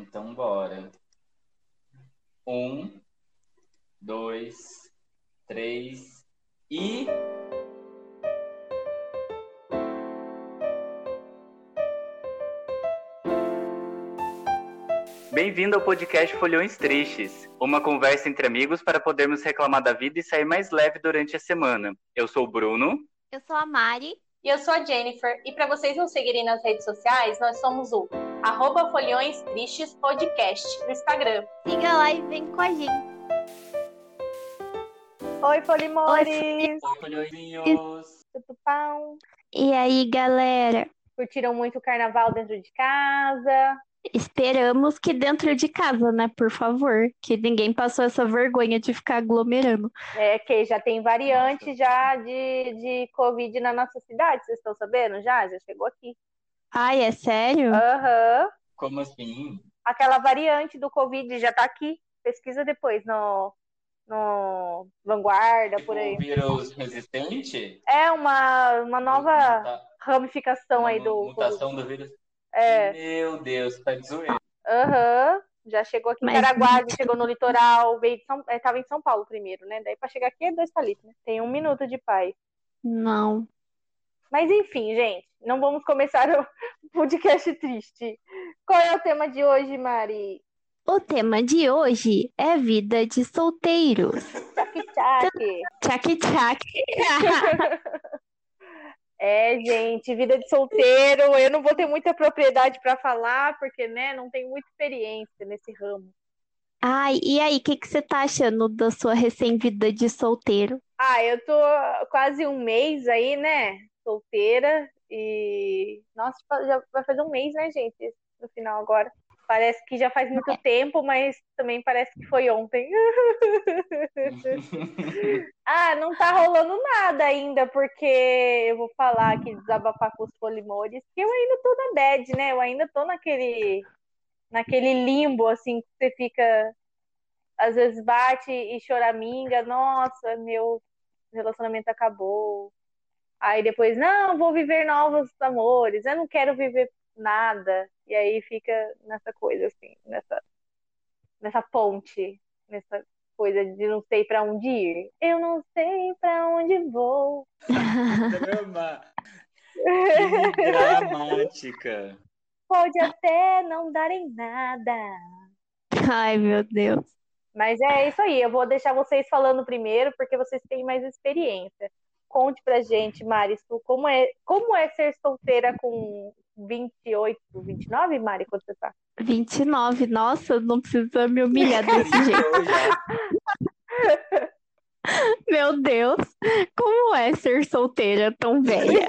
Então, bora. 1, 2, 3 e... Bem-vindo ao podcast Folhões Tristes, uma conversa entre amigos para podermos reclamar da vida e sair mais leve durante a semana. Eu sou o Bruno. Eu sou a Mari. E eu sou a Jennifer. E para vocês nos seguirem nas redes sociais, nós somos o @Folhões Tristes Podcast no Instagram. Siga lá e vem com a gente. Oi, Folimores! Oi, folhõezinhos! Tudo pão? E aí, galera? Curtiram muito o carnaval dentro de casa? Esperamos que dentro de casa, né? Por favor. Que ninguém passou essa vergonha de ficar aglomerando. É que já tem variante já de Covid na nossa cidade, vocês estão sabendo? Já chegou aqui. Ai, é sério? Aham. Como assim? Aquela variante do Covid já tá aqui. Pesquisa depois no Vanguarda, por aí. O vírus resistente? É uma nova ramificação aí do Mutação do vírus? É. Meu Deus, tá de zoeira. Aham. Já chegou aqui em Caraguá, já chegou no litoral, veio de tava em São Paulo primeiro, né? Daí pra chegar aqui é 2 palitos, né? Tem 1 minuto de paz. Não. Mas enfim, gente, não vamos começar o podcast triste. Qual é o tema de hoje, Mari? O tema de hoje é vida de solteiros. Tchac-tchac. Tchac-tchac. É, gente, vida de solteiro, eu não vou ter muita propriedade pra falar, porque, né, não tenho muita experiência nesse ramo. Ai, e aí, o que você tá achando da sua recém-vida de solteiro? Eu tô quase 1 mês aí, né, solteira, e, nossa, já vai fazer 1 mês, né, gente, no final agora. Parece que já faz muito tempo, mas também parece que foi ontem. Não tá rolando nada ainda, porque eu vou falar aqui, desabafar com os polimores, que eu ainda tô na bad, né? Eu ainda tô naquele limbo, assim, que você fica, às vezes bate e choraminga, nossa, meu relacionamento acabou. Aí depois, não, vou viver novos amores, eu não quero viver nada. E aí fica nessa coisa, assim, nessa ponte, nessa coisa de não sei pra onde ir. Eu não sei pra onde vou. Drama. Que dramática. Pode até não dar em nada. Ai, meu Deus. Mas é isso aí, eu vou deixar vocês falando primeiro, porque vocês têm mais experiência. Conte pra gente, Mari, como é ser solteira com 28, 29, Mari, quanto você tá? 29, nossa, não precisa me humilhar desse jeito. Meu Deus, como é ser solteira tão velha?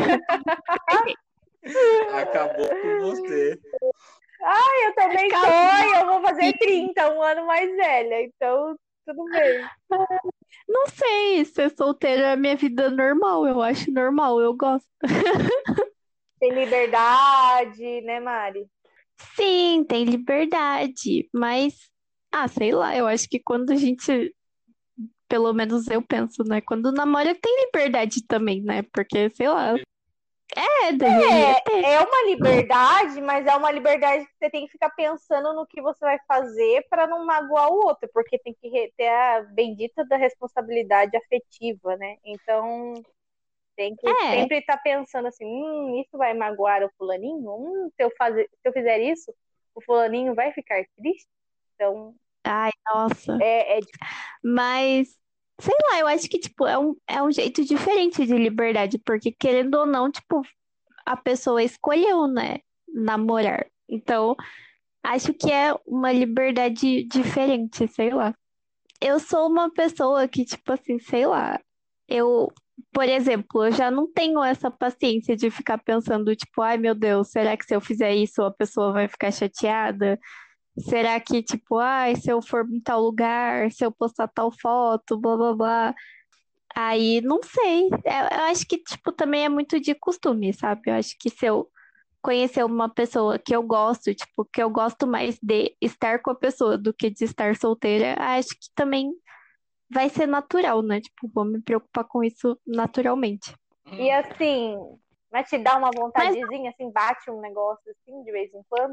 Acabou com você. Eu também tô, eu vou fazer 30, 1 ano mais velha, então tudo bem. Não sei, ser solteira é minha vida normal, eu acho normal, eu gosto. Tem liberdade, né, Mari? Sim, tem liberdade, mas, sei lá, eu acho que quando a gente, pelo menos eu penso, né, quando namora tem liberdade também, né, porque, sei lá, deveria ter. É uma liberdade, mas é uma liberdade que você tem que ficar pensando no que você vai fazer para não magoar o outro, porque tem que ter a bendita da responsabilidade afetiva, né? Então, tem que sempre estar pensando assim, isso vai magoar o fulaninho? Se eu fizer isso, o fulaninho vai ficar triste? Então, Ai, nossa. é Mas, sei lá, eu acho que, tipo, é um jeito diferente de liberdade, porque querendo ou não, tipo, a pessoa escolheu, né, namorar. Então, acho que é uma liberdade diferente, sei lá. Eu sou uma pessoa que, tipo assim, sei lá, por exemplo, eu já não tenho essa paciência de ficar pensando, tipo, ai meu Deus, será que se eu fizer isso a pessoa vai ficar chateada? Será que, tipo, ai, se eu for em tal lugar, se eu postar tal foto, blá blá blá. Aí, não sei. Eu acho que, tipo, também é muito de costume, sabe? Eu acho que se eu conhecer uma pessoa que eu gosto, tipo, que eu gosto mais de estar com a pessoa do que de estar solteira, acho que também vai ser natural, né? Tipo, vou me preocupar com isso naturalmente. E assim, vai te dar uma vontadezinha, assim, bate um negócio assim de vez em quando?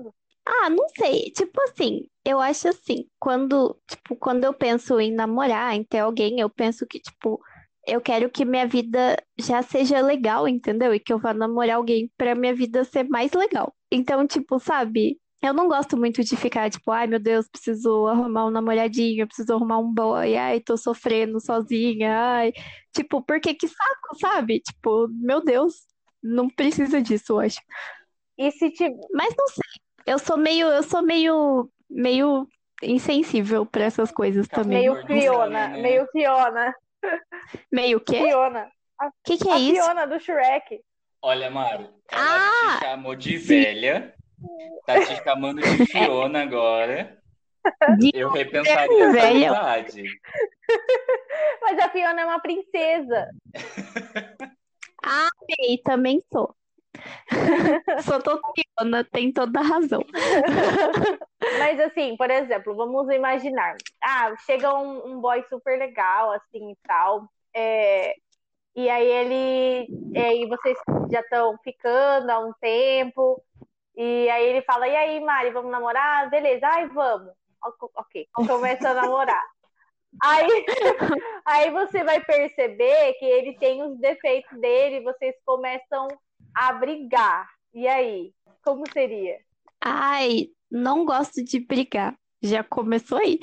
Não sei. Tipo assim, eu acho assim, quando eu penso em namorar, em ter alguém, eu penso que, tipo, eu quero que minha vida já seja legal, entendeu? E que eu vá namorar alguém pra minha vida ser mais legal. Então, tipo, sabe? Eu não gosto muito de ficar, tipo, ai meu Deus, preciso arrumar um namoradinho, preciso arrumar um boy, ai, tô sofrendo sozinha, ai. Tipo, porque que saco, sabe? Tipo, meu Deus, não precisa disso, eu acho. E se tiver. Mas não sei. Meio insensível pra essas coisas também. Meio Capricorniana, Fiona, né? meio Fiona. Meio o quê? Fiona. A, Que é a isso? Fiona do Shrek. Olha, Mário, ela te Ah, chamou de sim, velha, tá te chamando de é Fiona agora. de Eu repensaria essa velha. amizade. Mas a Fiona é uma princesa. Ah, e também sou. Sou toda tem toda a razão. Mas assim, por exemplo, vamos imaginar. Chega um boy super legal, assim, e tal. E aí e vocês já estão ficando há um tempo. E aí ele fala, e aí, Mari, vamos namorar? Beleza, ai, vamos. Ok, começa a namorar. Aí, aí você vai perceber que ele tem os defeitos dele, e vocês começam a brigar. E aí, como seria? Ai, não gosto de brigar. Já começou aí.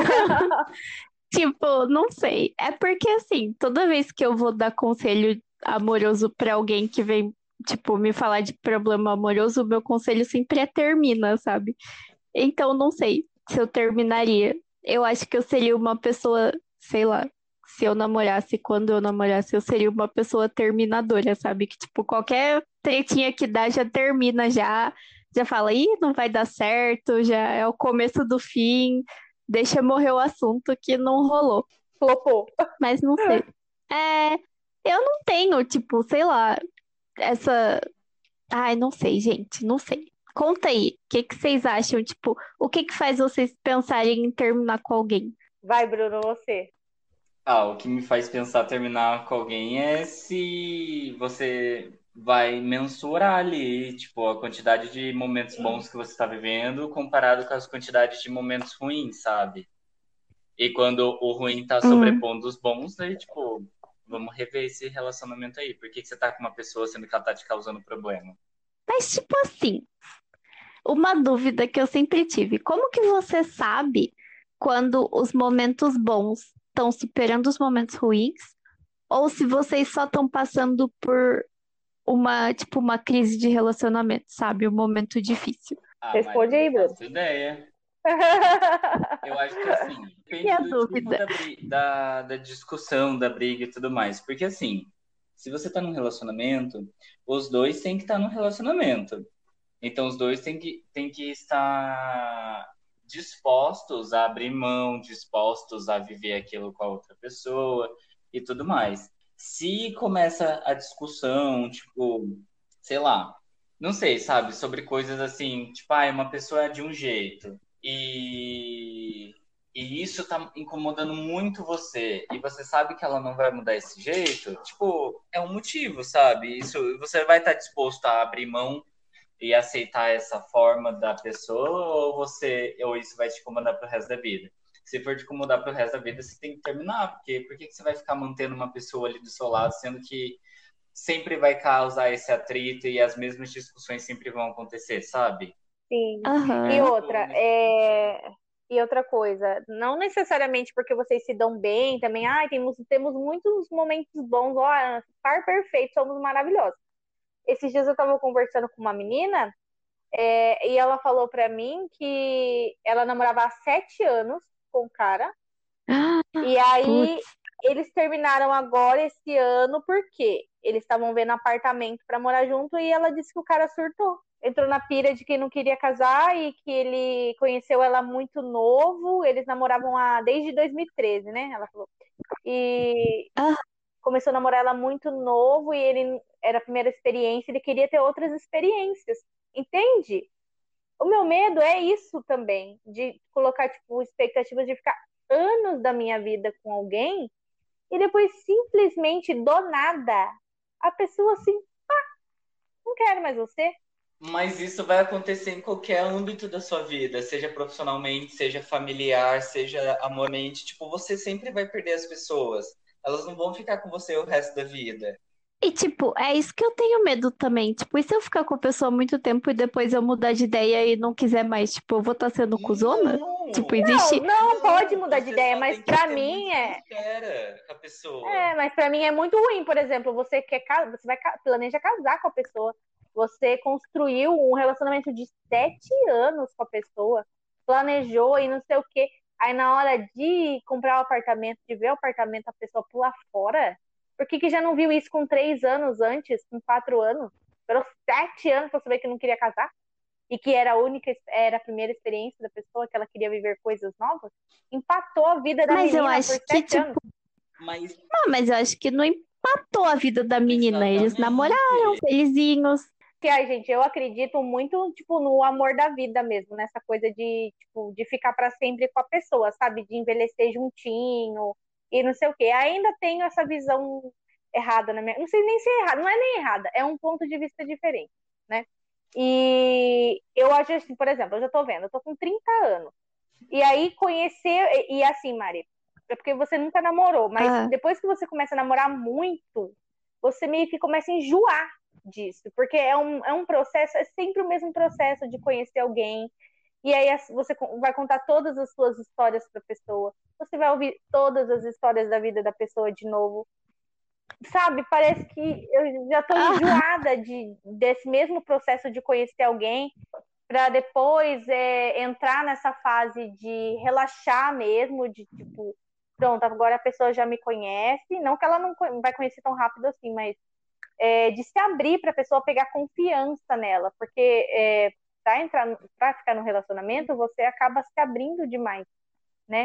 Tipo, não sei. É porque assim, toda vez que eu vou dar conselho amoroso pra alguém que vem, tipo, me falar de problema amoroso, o meu conselho sempre é termina, sabe? Então, não sei se eu terminaria. Eu acho que eu seria uma pessoa, sei lá, se eu namorasse, quando eu namorasse, eu seria uma pessoa terminadora, sabe? Que, tipo, qualquer tretinha que dá já termina, já fala, ih, não vai dar certo, já é o começo do fim, deixa morrer o assunto que não rolou. Flopou. Mas não sei. É, eu não tenho, tipo, sei lá, essa. Ai, não sei, gente, não sei. Conta aí, o que que vocês acham? Tipo, o que que faz vocês pensarem em terminar com alguém? Vai, Bruno, você. O que me faz pensar terminar com alguém é se você vai mensurar ali, tipo, a quantidade de momentos bons que você está vivendo comparado com as quantidades de momentos ruins, sabe? E quando o ruim tá Hum, sobrepondo os bons, aí, tipo, vamos rever esse relacionamento aí. Por que que você tá com uma pessoa sendo que ela tá te causando problema? mas, tipo assim, uma dúvida que eu sempre tive: como que você sabe quando os momentos bons estão superando os momentos ruins? Ou se vocês só estão passando por tipo, uma crise de relacionamento, sabe? Um momento difícil. Mari, eu Responde não aí, Bruno. faço ideia. Eu acho que assim, E depende a do tipo dúvida? da discussão, da briga e tudo mais. Porque assim, se você tá num relacionamento, os dois têm que estar num relacionamento. Então os dois têm que estar dispostos a abrir mão, dispostos a viver aquilo com a outra pessoa e tudo mais. Se começa a discussão, tipo, sei lá, não sei, sabe, sobre coisas assim, tipo, uma pessoa é de um jeito e isso tá incomodando muito você e você sabe que ela não vai mudar esse jeito, tipo, é um motivo, sabe? Isso você vai estar disposto a abrir mão e aceitar essa forma da pessoa ou isso vai te incomodar pro resto da vida? Se for te incomodar pro resto da vida, você tem que terminar, porque por que você vai ficar mantendo uma pessoa ali do seu lado, sendo que sempre vai causar esse atrito e as mesmas discussões sempre vão acontecer, sabe? Sim. E Aham. outra, e outra coisa, não necessariamente porque vocês se dão bem também, temos muitos momentos bons, ó, par perfeito, somos maravilhosos. Esses dias eu tava conversando com uma menina, e ela falou pra mim que ela namorava há 7 anos com o cara, Ah, e aí putz. eles terminaram agora esse ano porque eles estavam vendo apartamento pra morar junto e ela disse que o cara surtou. Entrou na pira de que não queria casar e que ele conheceu ela muito novo. Eles namoravam desde 2013, né? Ela falou. E Ah, começou a namorar ela muito novo e ele era a primeira experiência, ele queria ter outras experiências. Entende? O meu medo é isso também, de colocar tipo expectativas de ficar anos da minha vida com alguém e depois simplesmente do nada a pessoa assim, não quero mais você. Mas isso vai acontecer em qualquer âmbito da sua vida, seja profissionalmente, seja familiar, seja amoralmente. Tipo, você sempre vai perder as pessoas. Elas não vão ficar com você o resto da vida. E, tipo, é isso que eu tenho medo também. Tipo, e se eu ficar com a pessoa há muito tempo e depois eu mudar de ideia e não quiser mais? Tipo, eu vou estar sendo cuzona? Tipo, Não! Não, existe. não pode Não! mudar de Você ideia, só mas tem que pra ser muito mim sincera com a pessoa. mas para mim é muito ruim, por exemplo, você vai planeja casar com a pessoa, você construiu um relacionamento de 7 anos com a pessoa, planejou e não sei o quê, aí na hora de comprar o apartamento, de ver o apartamento, a pessoa pula fora. Por que já não viu isso com 3 anos antes, com 4 anos? Pelos 7 anos pra você ver que não queria casar e que era a primeira experiência da pessoa, que ela queria viver coisas novas? Empatou a vida da Mas eu menina por acho que, 7 anos. tipo, Mas, mas eu acho que não empatou a vida da menina. Eles namoraram, exatamente. felizinhos. Que, ai, gente, eu acredito muito, tipo, no amor da vida mesmo, nessa coisa de, tipo, de ficar para sempre com a pessoa, sabe? De envelhecer juntinho e não sei o quê. Ainda tenho essa visão errada na minha. Não sei nem se é errada, não é nem errada, é um ponto de vista diferente, né? E eu acho assim, por exemplo, eu já tô vendo, eu tô com 30 anos. E aí conhecer, e assim, Mari, é porque você nunca namorou, mas Ah, depois que você começa a namorar muito, você meio que começa a enjoar disso, porque é um processo, é sempre o mesmo processo de conhecer alguém, e aí você vai contar todas as suas histórias para a pessoa, você vai ouvir todas as histórias da vida da pessoa de novo, sabe? Parece que eu já estou ah, enjoada desse mesmo processo de conhecer alguém, para depois entrar nessa fase de relaxar mesmo, de tipo, pronto, agora a pessoa já me conhece, não que ela não vai conhecer tão rápido assim, mas de se abrir para a pessoa pegar confiança nela, porque para ficar no relacionamento você acaba se abrindo demais, né?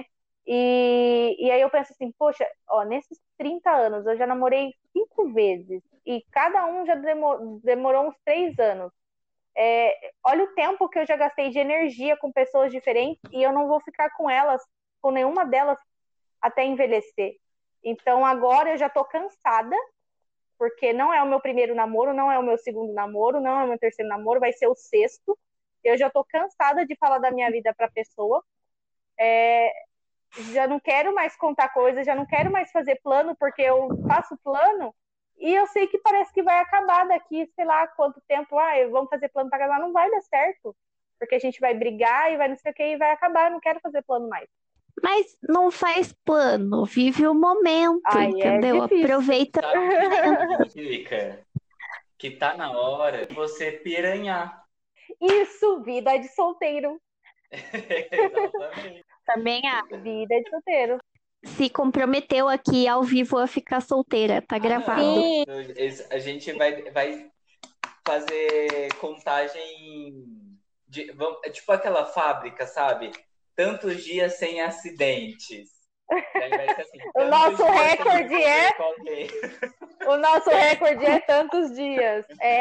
E aí eu penso assim, poxa, ó, nesses 30 anos eu já namorei 5 vezes e cada um já demorou uns 3 anos. Olha o tempo que eu já gastei de energia com pessoas diferentes e eu não vou ficar com elas, com nenhuma delas até envelhecer. Então agora eu já tô cansada, porque não é o meu primeiro namoro, não é o meu segundo namoro, não é o meu terceiro namoro, vai ser o sexto. Eu já tô cansada de falar da minha vida pra pessoa. Já não quero mais contar coisas, já não quero mais fazer plano, porque eu faço plano e eu sei que parece que vai acabar daqui, sei lá quanto tempo. Vamos fazer plano para casar, não vai dar certo, porque a gente vai brigar e vai não sei o que e vai acabar. Eu não quero fazer plano mais. mas não faz plano, vive o momento, Aí é entendeu? difícil. Aproveita. Sabe o que isso significa? Que tá na hora de você piranhar. Isso, vida de solteiro. Exatamente. Também Vida de solteiro. se comprometeu aqui ao vivo a ficar solteira, tá Ah, gravado. não. Sim, A gente vai fazer contagem é tipo aquela fábrica, sabe? Tantos dias sem acidentes. Daí vai ser assim, o tantos nosso dias sem me recorde envolver com alguém. o nosso recorde é tantos dias.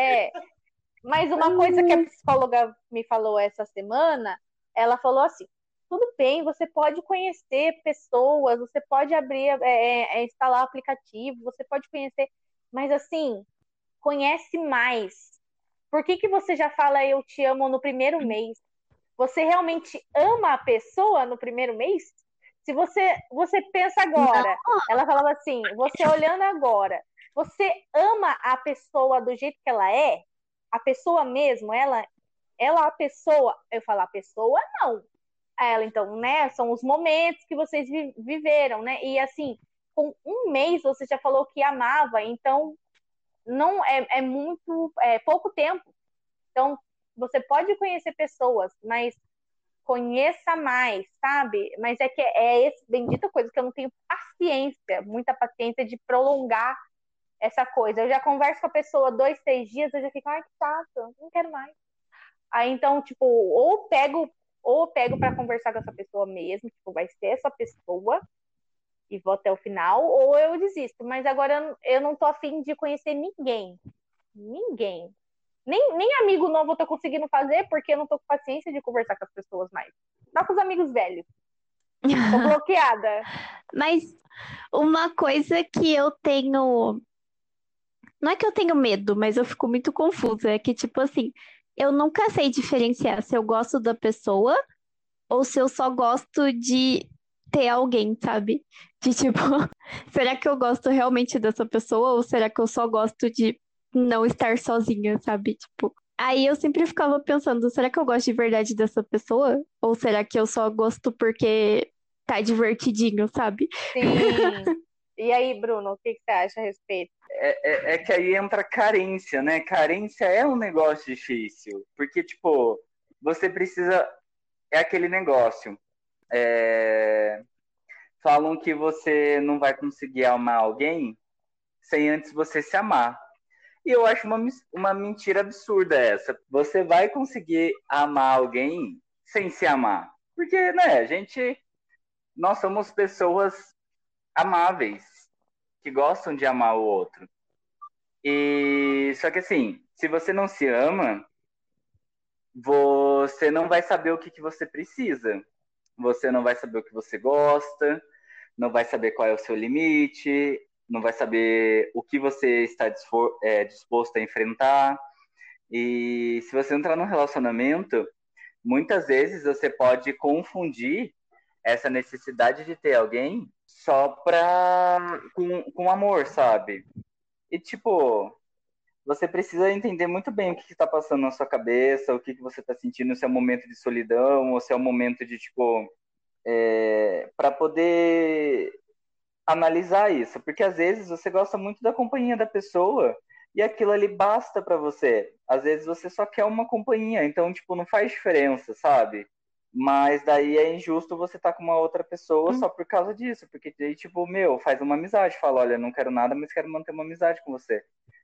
Mas uma coisa que a psicóloga me falou essa semana, ela falou assim: tudo bem, você pode conhecer pessoas, você pode abrir, instalar o aplicativo, você pode conhecer, mas assim, conhece mais. Por que você já fala eu te amo no primeiro mês? Você realmente ama a pessoa no primeiro mês? Se você pensa Não, agora, ela falava assim, você olhando agora, você ama a pessoa do jeito que ela é? A pessoa mesmo, ela a pessoa, eu falo a pessoa não. Ela então, né, são os momentos que vocês viveram, né? E assim, com um mês você já falou que amava, então não é muito pouco tempo. Então, você pode conhecer pessoas, mas conheça mais, sabe? Mas é que é essa bendita coisa que eu não tenho paciência, muita paciência de prolongar essa coisa. Eu já converso com a pessoa 2, 3 dias, eu já fico, ai, que chato, não quero mais. Aí então, tipo, ou pego para conversar com essa pessoa mesmo, tipo, vai ser essa pessoa e vou até o final, ou eu desisto. Mas agora eu não tô afim de conhecer ninguém. Ninguém. Nem amigo novo eu tô conseguindo fazer porque eu não tô com paciência de conversar com as pessoas mais. Só com os amigos velhos. Tô bloqueada. mas uma coisa que eu tenho. Não é que eu tenho medo, mas eu fico muito confusa. É que, tipo assim, eu nunca sei diferenciar se eu gosto da pessoa ou se eu só gosto de ter alguém, sabe? De tipo, será que eu gosto realmente dessa pessoa ou será que eu só gosto de não estar sozinha, sabe? Tipo, aí eu sempre ficava pensando, será que eu gosto de verdade dessa pessoa? Ou será que eu só gosto porque tá divertidinho, sabe? Sim. E aí, Bruno, o que você acha a respeito? É que aí entra carência, né? Carência é um negócio difícil, porque, tipo, você precisa. É aquele negócio. É, falam que você não vai conseguir amar alguém sem antes você se amar. E eu acho uma mentira absurda essa. Você vai conseguir amar alguém sem se amar. Porque, né, nós somos pessoas amáveis, que gostam de amar o outro. E só que assim, se você não se ama, você não vai saber o que você precisa. Você não vai saber o que você gosta, não vai saber qual é o seu limite, não vai saber o que você está disposto a enfrentar. E se você entrar num relacionamento, muitas vezes você pode confundir essa necessidade de ter alguém só com amor, sabe? E tipo, você precisa entender muito bem o que está passando na sua cabeça, o que você está sentindo, se é um momento de solidão ou se é um momento de tipo, para poder analisar isso, porque às vezes você gosta muito da companhia da pessoa e aquilo ali basta para você. Às vezes você só quer uma companhia, então tipo não faz diferença, sabe? Mas daí é injusto você estar com uma outra pessoa Hum, só por causa disso, porque daí tipo, meu, faz uma amizade, fala, olha, não quero nada, mas quero manter uma amizade com você.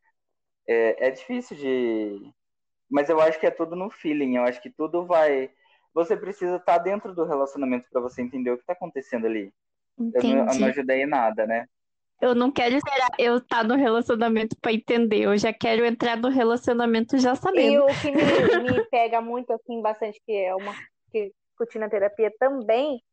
É difícil de, mas eu acho que é tudo no feeling, eu acho que tudo vai, você precisa estar dentro do relacionamento para você entender o que está acontecendo ali. Eu não entendi. ajudei em nada, né? Eu não quero esperar eu estar no relacionamento pra entender. Eu já quero entrar no relacionamento já E sabendo. o que me pega muito, assim, bastante, que é uma que discuti na terapia também,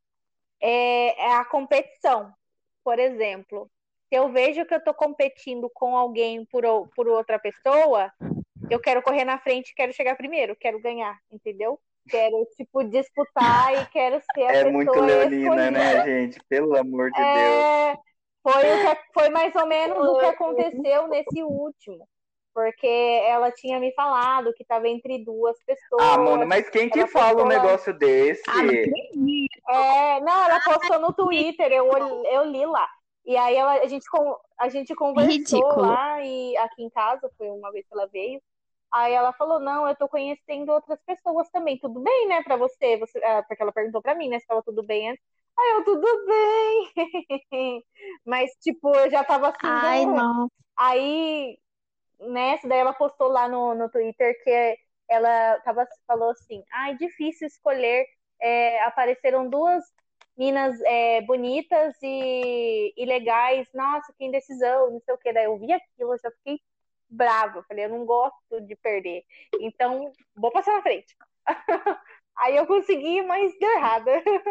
é a competição. Por exemplo, se eu vejo que eu estou competindo com alguém por outra pessoa, eu quero correr na frente, quero chegar primeiro, quero ganhar, entendeu? Quero, tipo, disputar e quero ser a É muito pessoa leonina, né, escolhida. gente? Pelo amor de Deus. É, foi mais ou menos o que aconteceu nesse último. Porque ela tinha me falado que estava entre duas Ah, mano, pessoas. mas quem que Ela fala um postou lá. negócio Ah, não desse? acredito. Não, ela postou no Twitter, eu li lá. E aí a gente conversou Ridículo. lá e aqui em casa, foi uma vez que ela veio. Aí ela falou: Não, eu tô conhecendo outras pessoas também. Tudo bem, né, pra você? Porque ela perguntou pra mim, né, se tava tudo bem antes. Aí eu, tudo bem. Mas, tipo, eu já tava assim. Ai, não. Aí, nessa, daí ela postou lá no Twitter que ela falou assim: Ai, difícil escolher. Apareceram duas minas bonitas e legais. Nossa, que indecisão, não sei o que. Daí eu vi aquilo, eu já fiquei brava. Eu falei: Eu não gosto de perder. Então, vou passar na frente. Aí eu consegui, mas deu errado.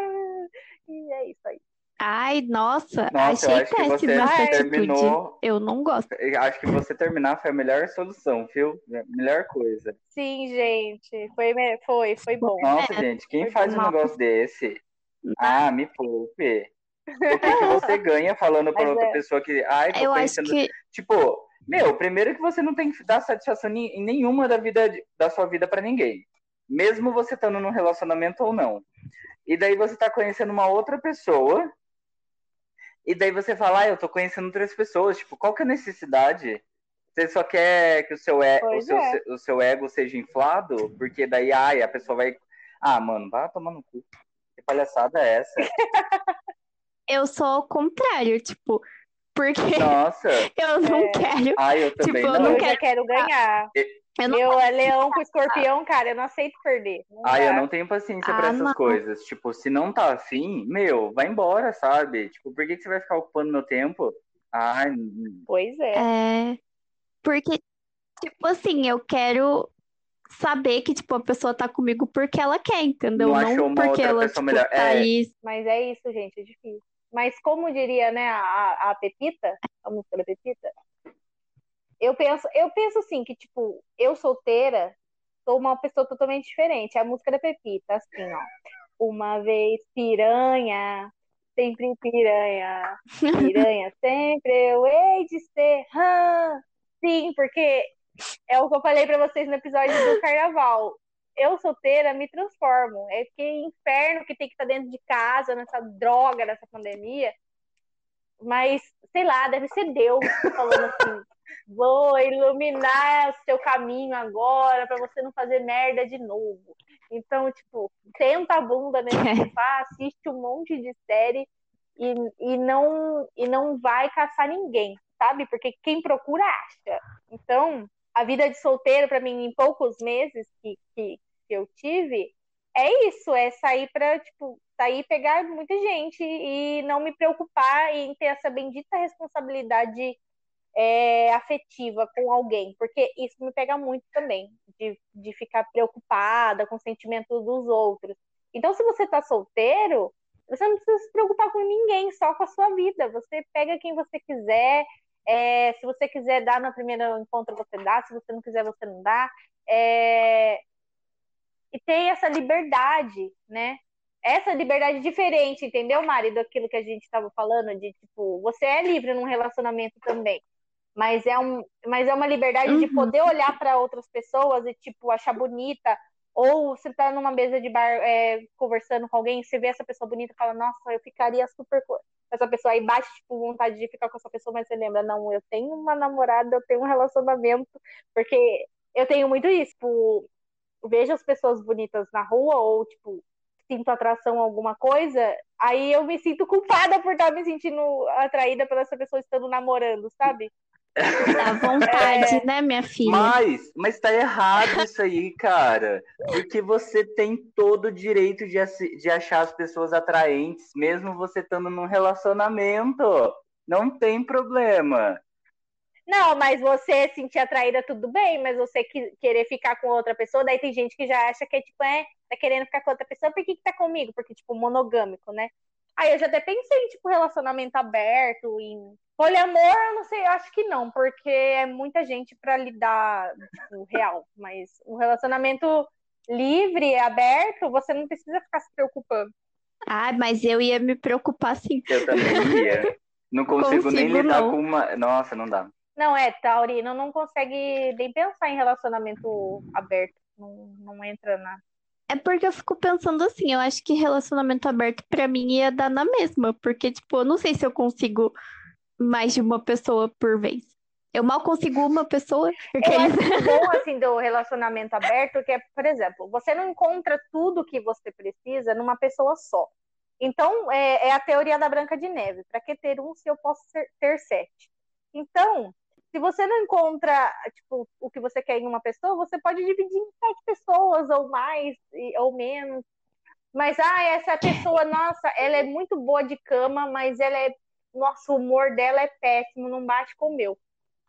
E é isso aí. Ai, nossa, Nossa, eu achei acho que péssima você essa Ai, atitude. terminou. Eu não gosto. Eu acho que você terminar foi a melhor solução, viu? Melhor coisa. sim, gente. Foi bom. Nossa, gente, quem Foi faz bom. um Mal. negócio desse? Ah, me poupe. O que você ganha falando para Mas outra pessoa que, ai, tô Eu acho conhecendo. que Tipo, meu, primeiro que você não tem que dar satisfação em nenhuma da sua vida para ninguém. Mesmo você estando num relacionamento ou não. E daí você tá conhecendo uma outra pessoa, e daí você fala, ah, eu tô conhecendo outras pessoas. Tipo, qual que é a necessidade? Você só quer que pois é. o seu ego seja inflado? Porque daí, ai, a pessoa vai. Ah, mano, vai tomar no cu. Que palhaçada é essa? eu sou ao contrário, tipo, porque Nossa, eu não É, quero, ai, eu tipo, também eu não eu não. já quero. quero ganhar. Eu não Meu quero. é leão com escorpião, cara, eu não aceito perder. Não Ai, eu dá. não tenho paciência pra Ah, essas não. coisas. Tipo, se não tá afim, meu, vai embora, sabe? Tipo, por que você vai ficar ocupando meu tempo? Ai, Pois é. É. Porque, tipo assim, eu quero saber que, tipo, a pessoa tá comigo porque ela quer, entendeu? não Não achou uma porque outra ela, pessoa tipo, melhor. tá É, ali. Mas é isso, gente, é difícil. Mas como diria, né, a Pepita, a música da Pepita, eu penso assim, que, tipo, eu solteira, sou uma pessoa totalmente diferente. A música da Pepita, assim, ó. Uma vez piranha, sempre piranha. Piranha sempre eu hei de ser. Sim, porque é o que eu falei pra vocês no episódio do carnaval. Eu solteira me transformo. É que inferno que tem que estar dentro de casa, nessa droga, nessa pandemia. Mas, sei lá, deve ser Deus falando assim: vou iluminar o seu caminho agora para você não fazer merda de novo. Então, tipo, senta a bunda nesse sofá, assiste um monte de série e não vai caçar ninguém, sabe? Porque quem procura acha. Então, a vida de solteiro, para mim, em poucos meses que eu tive, é isso, é sair para, tipo, sair e pegar muita gente e não me preocupar em ter essa bendita responsabilidade afetiva com alguém, porque isso me pega muito também, de ficar preocupada com o sentimento dos outros. Então, se você tá solteiro, você não precisa se preocupar com ninguém, só com a sua vida. Você pega quem você quiser, se você quiser dar no primeiro encontro, você dá, se você não quiser, você não dá. E ter essa liberdade, né? Essa liberdade diferente, entendeu, Mari, daquilo que a gente estava falando, de tipo, você é livre num relacionamento também, mas é uma liberdade de poder olhar para outras pessoas e, tipo, achar bonita, ou você tá numa mesa de bar conversando com alguém, você vê essa pessoa bonita e fala, nossa, eu ficaria super com essa pessoa, aí bate, tipo, vontade de ficar com essa pessoa, mas você lembra, não, eu tenho uma namorada, eu tenho um relacionamento, porque eu tenho muito isso, tipo, vejo as pessoas bonitas na rua ou, tipo, sinto atração a alguma coisa, aí eu me sinto culpada por estar me sentindo atraída por essa pessoa estando namorando, sabe? Dá vontade, né, minha filha? Mas tá errado isso aí, cara. Porque você tem todo o direito de achar as pessoas atraentes, mesmo você estando num relacionamento. Não tem problema. Não, mas você sentir atraída, tudo bem, mas você querer ficar com outra pessoa, daí tem gente que já acha que é tipo, tá querendo ficar com outra pessoa, por que tá comigo? Porque, tipo, monogâmico, né? Aí eu já até pensei em, tipo, relacionamento aberto, em poliamor, eu não sei, eu acho que não, porque é muita gente pra lidar, tipo, real. Mas um relacionamento livre, aberto, você não precisa ficar se preocupando. Ah, mas eu ia me preocupar sim. Eu também ia. Não consigo nem lidar não. com uma. Nossa, não dá. Não, Taurino não consegue nem pensar em relacionamento aberto. Não entra na. É porque eu fico pensando assim, eu acho que relacionamento aberto pra mim ia dar na mesma, porque, tipo, eu não sei se eu consigo mais de uma pessoa por vez. Eu mal consigo uma pessoa. Eu acho que o bom, assim, do relacionamento aberto, que é, por exemplo, você não encontra tudo que você precisa numa pessoa só. Então, é a teoria da Branca de Neve. Para que ter um se eu posso ter sete? Então, se você não encontra, tipo, o que você quer em uma pessoa, você pode dividir em 7 pessoas, ou mais, ou menos. Mas, essa pessoa, nossa, ela é muito boa de cama, mas nossa, o humor dela é péssimo, não bate com o meu.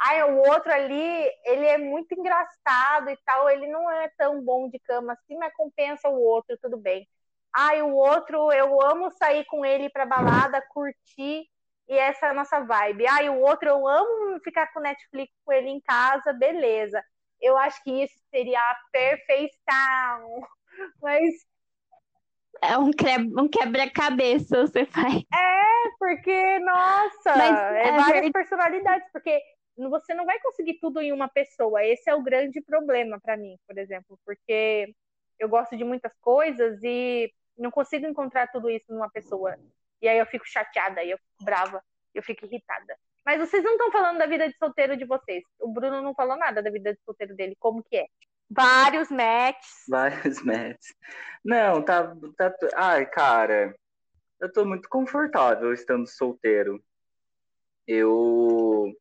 O outro ali, ele é muito engraçado e tal, ele não é tão bom de cama assim, mas compensa o outro, tudo bem. O outro, eu amo sair com ele pra balada, curtir, e essa é a nossa vibe. O outro, eu amo ficar com Netflix com ele em casa, beleza. Eu acho que isso seria a perfeição. Mas É um quebra-cabeça, você faz. porque, nossa, Mas várias personalidades, porque você não vai conseguir tudo em uma pessoa. Esse é o grande problema para mim, por exemplo, porque eu gosto de muitas coisas e não consigo encontrar tudo isso numa pessoa. E aí eu fico chateada, eu fico brava, eu fico irritada. Mas vocês não estão falando da vida de solteiro de vocês. O Bruno não falou nada da vida de solteiro dele, como que é? Vários matches. Vários matches. Não, tá. Ai, cara, eu tô muito confortável estando solteiro. Eu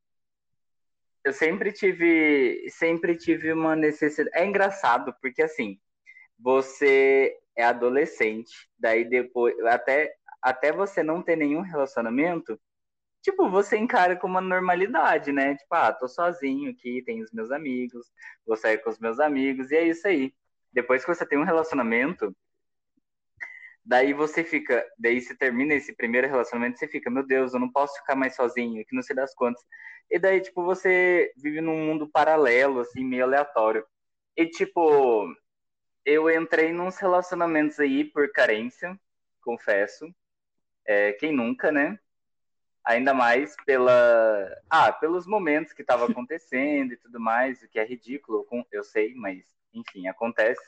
sempre tive uma necessidade. É engraçado, porque assim, você é adolescente, daí depois, até você não ter nenhum relacionamento, tipo, você encara com uma normalidade, né? Tipo, tô sozinho aqui, tenho os meus amigos, vou sair com os meus amigos, e é isso aí. Depois que você tem um relacionamento, daí você termina esse primeiro relacionamento, você fica, meu Deus, eu não posso ficar mais sozinho, que não sei das quantas. E daí, tipo, você vive num mundo paralelo, assim, meio aleatório. E, tipo, eu entrei nos relacionamentos aí por carência, confesso. Quem nunca, né? Ainda mais pelos momentos que tava acontecendo e tudo mais, o que é ridículo, eu sei, mas, enfim, acontece.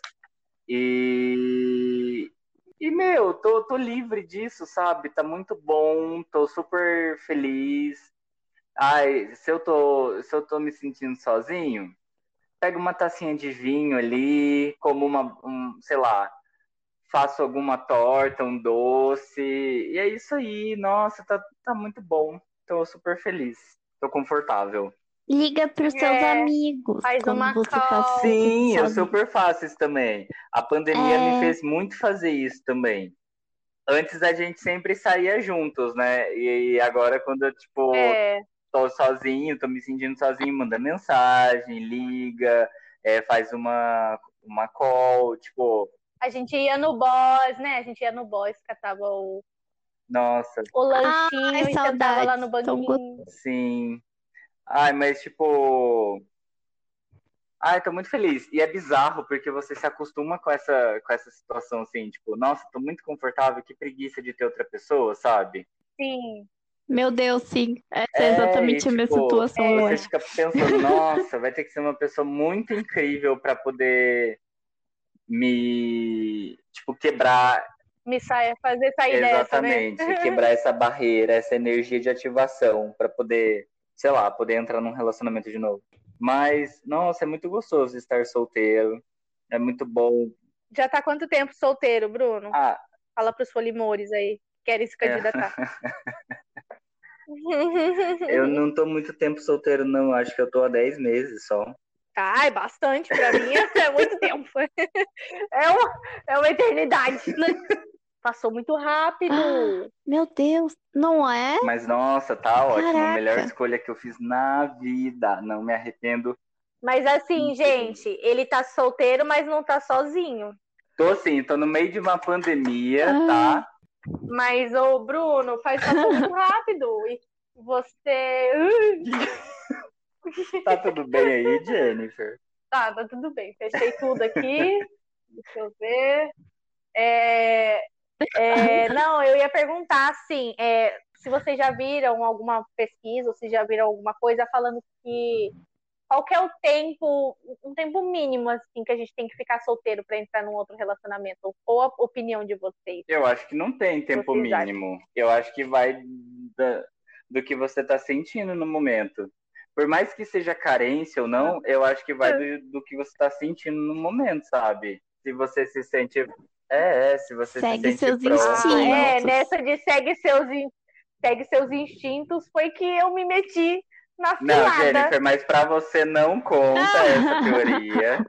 Meu, tô livre disso, sabe? Tá muito bom, tô super feliz. Ai, se eu tô me sentindo sozinho, pego uma tacinha de vinho ali, como sei lá, faço alguma torta, um doce, e é isso aí. Nossa, tá muito bom. Tô super feliz. Tô confortável. Liga pros seus É, amigos faz quando uma você tá se call. sentindo Sim, eu sozinho. super faço isso também. A pandemia me É, fez muito fazer isso também. Antes a gente sempre saía juntos, né? E agora quando eu, tipo, É, tô sozinho, tô me sentindo sozinho, manda mensagem, liga, faz uma call, tipo, a gente ia no Boss, né? A gente ia no Boss, catava nossa, o ai, lanchinho e sentava lá saudades. no Tão banquinho. sim. Ai, mas tipo, ai, tô muito feliz. E é bizarro porque você se acostuma com essa situação assim, tipo, nossa, tô muito confortável, que preguiça de ter outra pessoa, sabe? Sim, Meu Deus, sim. Essa é E exatamente a minha tipo, situação, eu você é, acho. fica pensando, nossa, vai ter que ser uma pessoa muito incrível para poder tipo, quebrar fazer sair dessa, né? exatamente, quebrar essa barreira, essa energia de ativação para poder, sei lá, poder entrar num relacionamento de novo. Mas, nossa, é muito gostoso estar solteiro, é muito bom. Já tá quanto tempo solteiro, Bruno? Ah, Fala pros polimores aí, que querem se é, candidatar. eu não tô muito tempo solteiro, não, acho que eu tô há 10 meses só. Tá, é bastante. Pra mim é muito tempo. É uma eternidade. Passou muito Ah, rápido. meu Deus, não é? Mas, nossa, tá ótimo, melhor Caraca. escolha que eu fiz na vida, não me arrependo Mas um assim, segundo. gente, ele tá solteiro, mas não tá sozinho. Tô assim, tô no meio de uma pandemia, Ah, tá? Mas, ô, Bruno, passou muito rápido. E você. Tá tudo bem aí, Jennifer? Tá tudo bem. Fechei tudo aqui. Deixa eu ver. É, não, eu ia perguntar assim, se vocês já viram alguma pesquisa, ou se já viram alguma coisa falando que qual que é o tempo, um tempo mínimo assim que a gente tem que ficar solteiro para entrar num outro relacionamento? Ou a opinião de vocês? Eu acho que não tem O que tempo vocês acham? mínimo. Eu acho que vai do que você tá sentindo no momento. Por mais que seja carência ou Ah. não, eu acho que vai do que você tá sentindo no momento, sabe? Se você se sente. Se você se segue sente seus pronto ou não. instintos. Nessa de segue seus instintos foi que eu me meti na Não, cilada. Jennifer, mas pra você não conta essa teoria.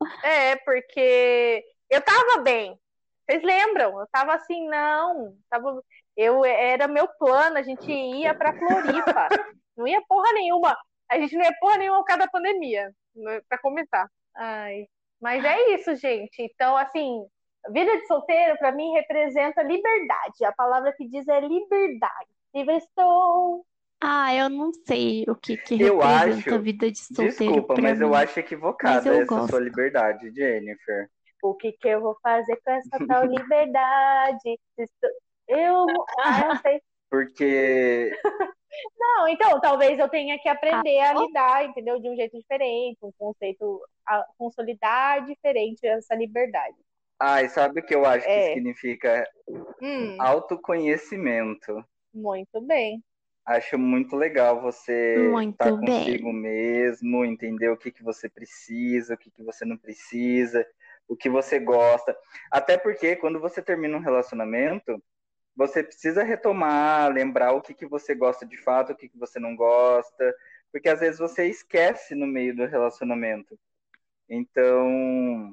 Porque eu tava bem. Vocês lembram? Eu tava assim, não. Era meu plano, a gente ia pra Floripa. Não ia porra nenhuma. A gente não ia porra nenhuma por causa da pandemia, pra começar. Ai. Mas é isso, gente. Então, assim, vida de solteiro, pra mim, representa liberdade. A palavra que diz é liberdade. Livre estou. Ah, eu não sei o que Eu representa a acho. vida de solteiro Desculpa, pra mas eu mim, acho mas equivocada eu essa sua gosto. liberdade, Jennifer. O que eu vou fazer com essa tal liberdade? Eu sei. Porque. Não, então, talvez eu tenha que aprender a lidar, entendeu? De um jeito diferente, um conceito, consolidar diferente essa liberdade. Ai, sabe o que eu acho que É, significa hum, autoconhecimento? muito bem. Acho muito legal você estar Muito consigo bem. mesmo, entender o que que você precisa, o que que você não precisa, o que você gosta. Até porque quando você termina um relacionamento, você precisa retomar, lembrar o que que você gosta de fato, o que que você não gosta, porque às vezes você esquece no meio do relacionamento. Então,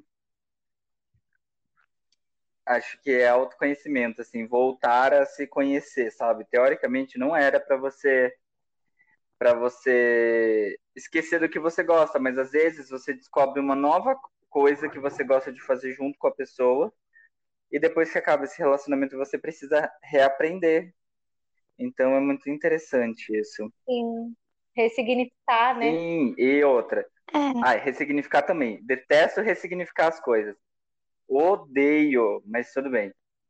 acho que é autoconhecimento, assim, voltar a se conhecer, sabe? Teoricamente não era para você esquecer do que você gosta, mas às vezes você descobre uma nova coisa que você gosta de fazer junto com a pessoa e depois que acaba esse relacionamento você precisa reaprender. Então é muito interessante isso. Sim. Ressignificar, né? Sim, e outra. É, Ai, ressignificar também. Detesto ressignificar as coisas. Odeio, mas tudo bem.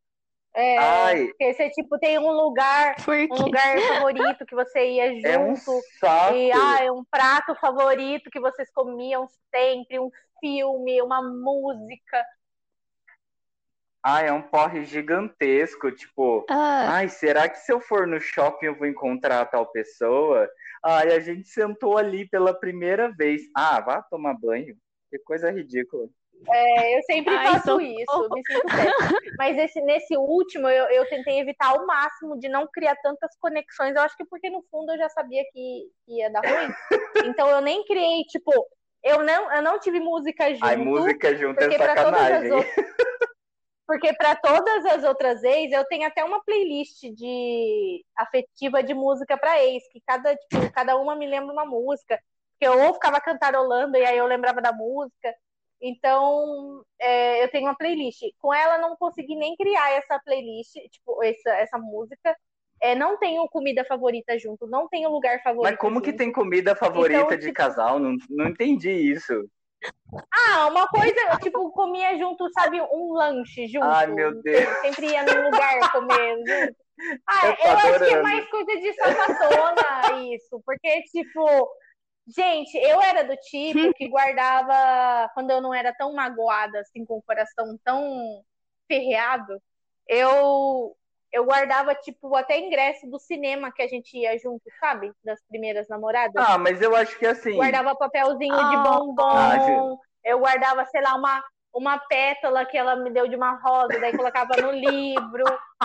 Ai, Porque você, tipo, tem um porque lugar favorito que você ia é um junto, e saco. um prato favorito que vocês comiam sempre, um filme, uma música. Ai, é um porre gigantesco. Tipo, ah, ai, será que se eu for no shopping eu vou encontrar tal pessoa? Ai, a gente sentou ali pela primeira vez. Ah, vá tomar banho. Que coisa ridícula. Eu sempre ai, faço isso, eu socorro. me sinto péssima. Mas nesse último, eu tentei evitar ao máximo de não criar tantas conexões. Eu acho que porque no fundo eu já sabia que ia dar ruim. Então eu nem criei, tipo, eu não tive música Ai, junto, música junto é porque para todas as sacanagem. outras. Porque para todas as outras ex, eu tenho até uma playlist de afetiva de música para ex, que cada uma me lembra uma música, que eu ou ficava cantarolando e aí eu lembrava da música. Então, eu tenho uma playlist. Com ela, não consegui nem criar essa playlist, tipo, essa música. Não tenho comida favorita junto, não tenho lugar Mas favorito como que tem junto. comida Então, favorita de tipo, casal? Não, não entendi isso. uma coisa, tipo, comia junto, sabe, um lanche Ai, meu junto. Deus. Sempre ia num lugar comer junto. Eu tô Eu acho que é mais adorando. coisa de sapatona isso, porque, tipo, gente, eu era do tipo que guardava, quando eu não era tão magoada, assim, com o coração tão ferreado, eu, eu guardava, tipo, até ingresso do cinema que a gente ia junto, sabe? Das primeiras namoradas. Ah, mas eu acho que assim. Guardava papelzinho de Ah, bombom, eu guardava, sei lá, uma pétala que ela me deu de uma rosa, daí colocava no livro,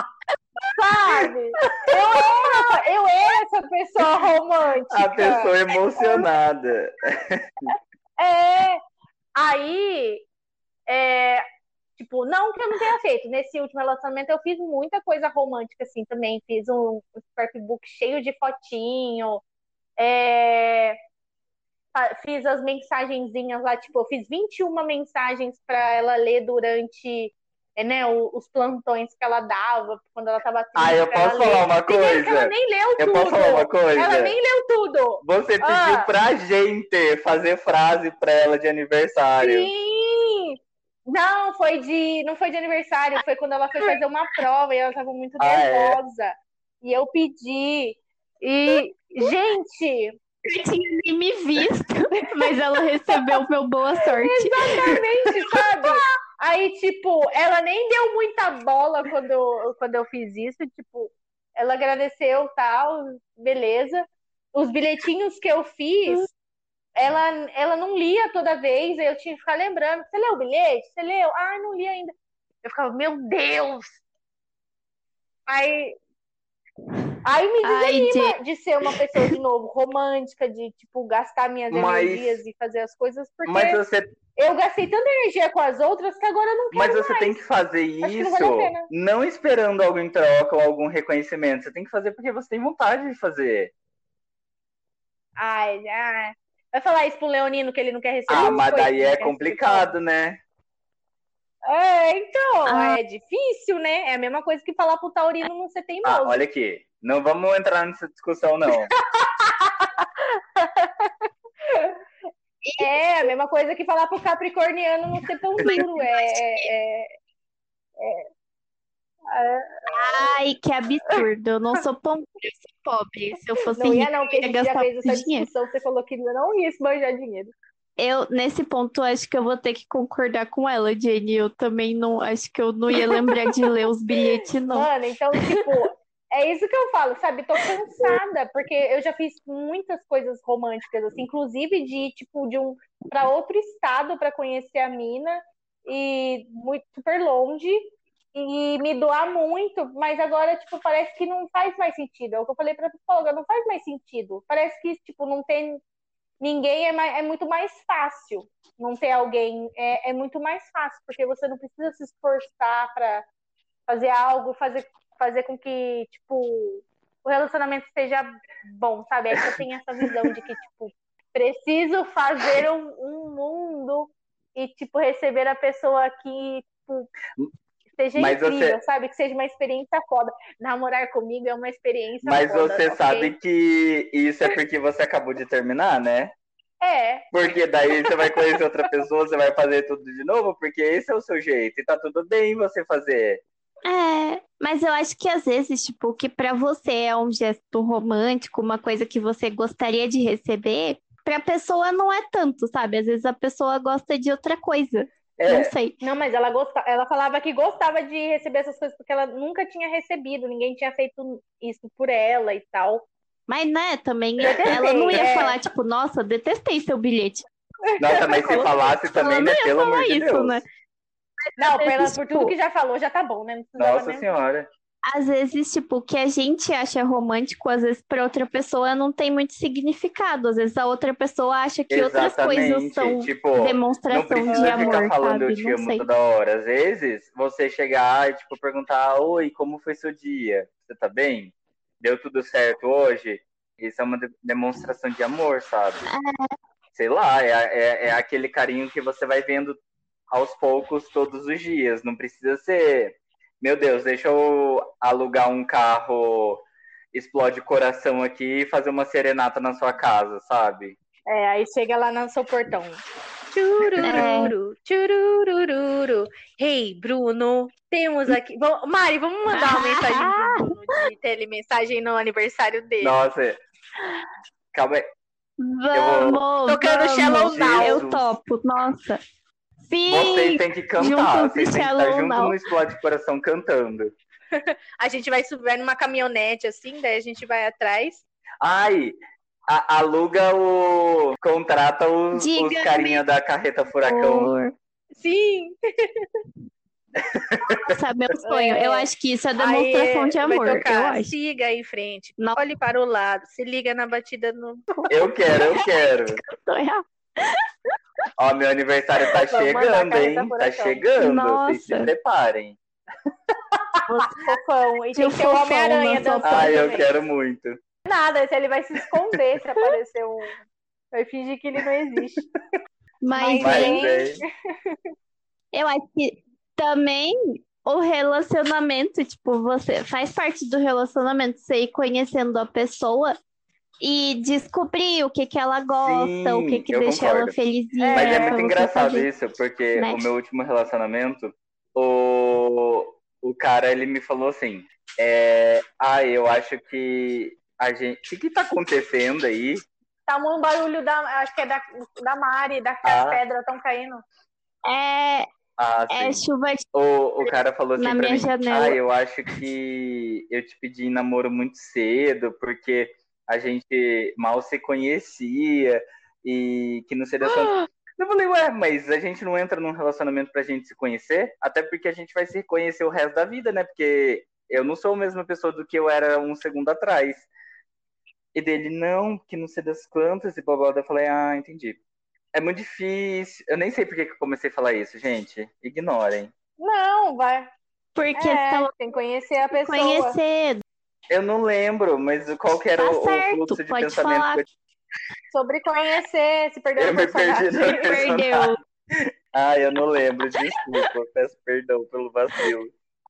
sabe? Eu era essa pessoa a romântica. pessoa emocionada. É, aí, é, tipo, não que eu não tenha feito. Nesse último relacionamento eu fiz muita coisa romântica, assim, também. Fiz um scrapbook cheio de fotinho. É, fiz as mensagenzinhas lá, tipo, eu fiz 21 mensagens para ela ler durante, né, os plantões que ela dava, quando ela tava Ah, triste, eu para ela posso ler. falar uma Primeiro que ela coisa? nem leu Eu posso falar uma tudo. Ela coisa? nem leu tudo. Você pediu Ah, pra gente fazer frase pra ela de aniversário. sim! Não foi de aniversário, foi quando ela foi fazer uma prova e ela estava muito Ah, é? nervosa. E eu pedi. E, gente, eu tinha nem me visto, mas ela recebeu meu boa sorte. exatamente, sabe? Aí, tipo, ela nem deu muita bola quando eu fiz isso. Tipo, ela agradeceu, tal, beleza. Os bilhetinhos que eu fiz, ela não lia toda vez, aí eu tinha que ficar lembrando. Você leu o bilhete? Você leu? Ah, não li ainda. Eu ficava, meu Deus! Aí, aí me Ai, Jay, desanima de ser uma pessoa de novo romântica, de tipo gastar minhas Mas, energias e fazer as coisas, mas porque você, eu gastei tanta energia com as outras que agora eu não mas quero você tem mais. que fazer Acho que não vale a isso pena. não esperando algo em troca ou algum reconhecimento. Você tem que fazer porque você tem vontade de fazer. Ai, vai falar isso pro Leonino que ele não quer receber Ah, as mas coisas, daí que não é quer receber só. complicado, né? Então, ah, é difícil, né? É a mesma coisa que falar pro Taurino não ser Ah, olha teimoso. aqui. Não vamos entrar nessa discussão, não. É a mesma coisa que falar pro Capricorniano não ser pão mas duro. ai, que absurdo. Eu não sou pobre, eu sou pobre. Se eu fosse Não ia, rica, não, porque a eu ia gente já gastar fez essa muito dinheiro. discussão. Você falou que não ia esbanjar dinheiro. Eu, nesse ponto, acho que eu vou ter que concordar com ela, Jenny. Eu também não, acho que eu não ia lembrar de ler os bilhetes, não. Mano, então, tipo, é isso que eu falo, sabe? Tô cansada, porque eu já fiz muitas coisas românticas, assim, inclusive de, tipo, de um para outro estado para conhecer a mina e muito super longe e me doar muito, mas agora, tipo, parece que não faz mais sentido. É o que eu falei pra psicóloga, não faz mais sentido. Parece que, tipo, não tem ninguém, é muito mais fácil não ter alguém, é muito mais fácil, porque você não precisa se esforçar para fazer algo, fazer com que, tipo, o relacionamento seja bom, sabe? Aí você tem essa visão de que, tipo, preciso fazer um mundo e, tipo, receber a pessoa que, tipo, seja Mas incrível, você, sabe? Que seja uma experiência foda. Namorar comigo é uma experiência mas foda, você sabe ok? que isso é porque você acabou de terminar, né? É, Porque daí você vai conhecer outra pessoa, você vai fazer tudo de novo, porque esse é o seu jeito. E tá tudo bem você fazer. Mas eu acho que às vezes, tipo, que pra você é um gesto romântico, uma coisa que você gostaria de receber, pra pessoa não é tanto, sabe? Às vezes a pessoa gosta de outra coisa. Não É, sei. não, mas ela falava que gostava de receber essas coisas porque ela nunca tinha recebido, ninguém tinha feito isso por ela e tal. Mas, né, também Detestei, ela não ia é. falar, tipo, nossa, detestei seu bilhete. nossa, mas se falasse também, Ela não né? ia Pelo amor falar de isso, Deus. né? Não, Às vezes, por tudo tipo, que já falou, já tá bom, né? Não precisava Nossa nem. senhora. às vezes, tipo, o que a gente acha romântico, às vezes pra outra pessoa não tem muito significado. Às vezes a outra pessoa acha que outras coisas Exatamente. são Tipo, não demonstração de precisa ficar amor, falando eu sabe? te Não amo sei. toda hora. Às vezes, você chegar e, tipo, perguntar, oi, como foi seu dia? Você tá bem? Deu tudo certo hoje? Isso é uma demonstração de amor, sabe? Sei lá, é aquele carinho que você vai vendo aos poucos todos os dias. Não precisa ser, meu Deus, deixa eu alugar um carro, explode coração aqui e fazer uma serenata na sua casa, sabe? É, aí chega lá no seu portão. Churururu, chururururu. Hey, Bruno, temos aqui. Mari, vamos mandar uma mensagem pro Bruno de telemensagem no aniversário dele. Nossa, calma aí. Eu vou. Vamos, Tocando Shallow vamos. Now. Eu topo, nossa. Sim! Vocês têm que cantar, Juntos vocês e têm que estar Shallow junto Now. no Explode Coração cantando. A gente vai subir numa caminhonete assim, daí a gente vai atrás. Ai, aluga o. Contrata os Diga-me, carinha da carreta furacão. amor. Sim. Nossa, meu sonho. Eu acho que isso é demonstração Aí de vai amor. Eu tocar, acho. siga aí em frente, Não. olhe para o lado, se liga na batida no. Eu quero. Tô errado. Ó, meu aniversário tá Vamos mandar a chegando, carreta hein? Tá furacão. chegando. Vocês se Nossa. preparem. Fofão. E tem que ter o fofão Homem-Aranha na sua dançando Ai, eu também. quero muito. Nada, se ele vai se esconder se aparecer um. Vai fingir que ele não existe. Mas, Mas, hein, é. eu acho que também o relacionamento, tipo, você faz parte do relacionamento, você ir conhecendo a pessoa e descobrir o que que ela gosta, o que Sim, que eu deixa ela concordo. felizinha Mas é pra muito você engraçado fazer, isso, porque né? o meu último relacionamento, o cara, ele me falou assim, eu acho que a gente... O que tá acontecendo aí? tá um barulho acho que é da Mari, que as pedras estão caindo. É Sim. chuva de O cara falou assim na pra minha mim, janela. eu acho que eu te pedi em namoro muito cedo, porque a gente mal se conhecia e que não seria tanto. Eu falei, ué, mas a gente não entra num relacionamento pra gente se conhecer? Até porque a gente vai se conhecer o resto da vida, né? Porque eu não sou a mesma pessoa do que eu era um segundo atrás. E dele, não, que não sei das quantas, e blá blá blá. Eu falei, entendi. É muito difícil. Eu nem sei por que eu comecei a falar isso, gente. Ignorem. Não, vai. Porque estava Tem que conhecer a pessoa. conhecer. Eu não lembro, mas qual que era Tá o certo, fluxo de pode pensamento falar. que eu Sobre conhecer, se perdeu Eu no me perdi personagem. no personagem. Perdeu. Eu não lembro, desculpa. Peço perdão pelo vacilo.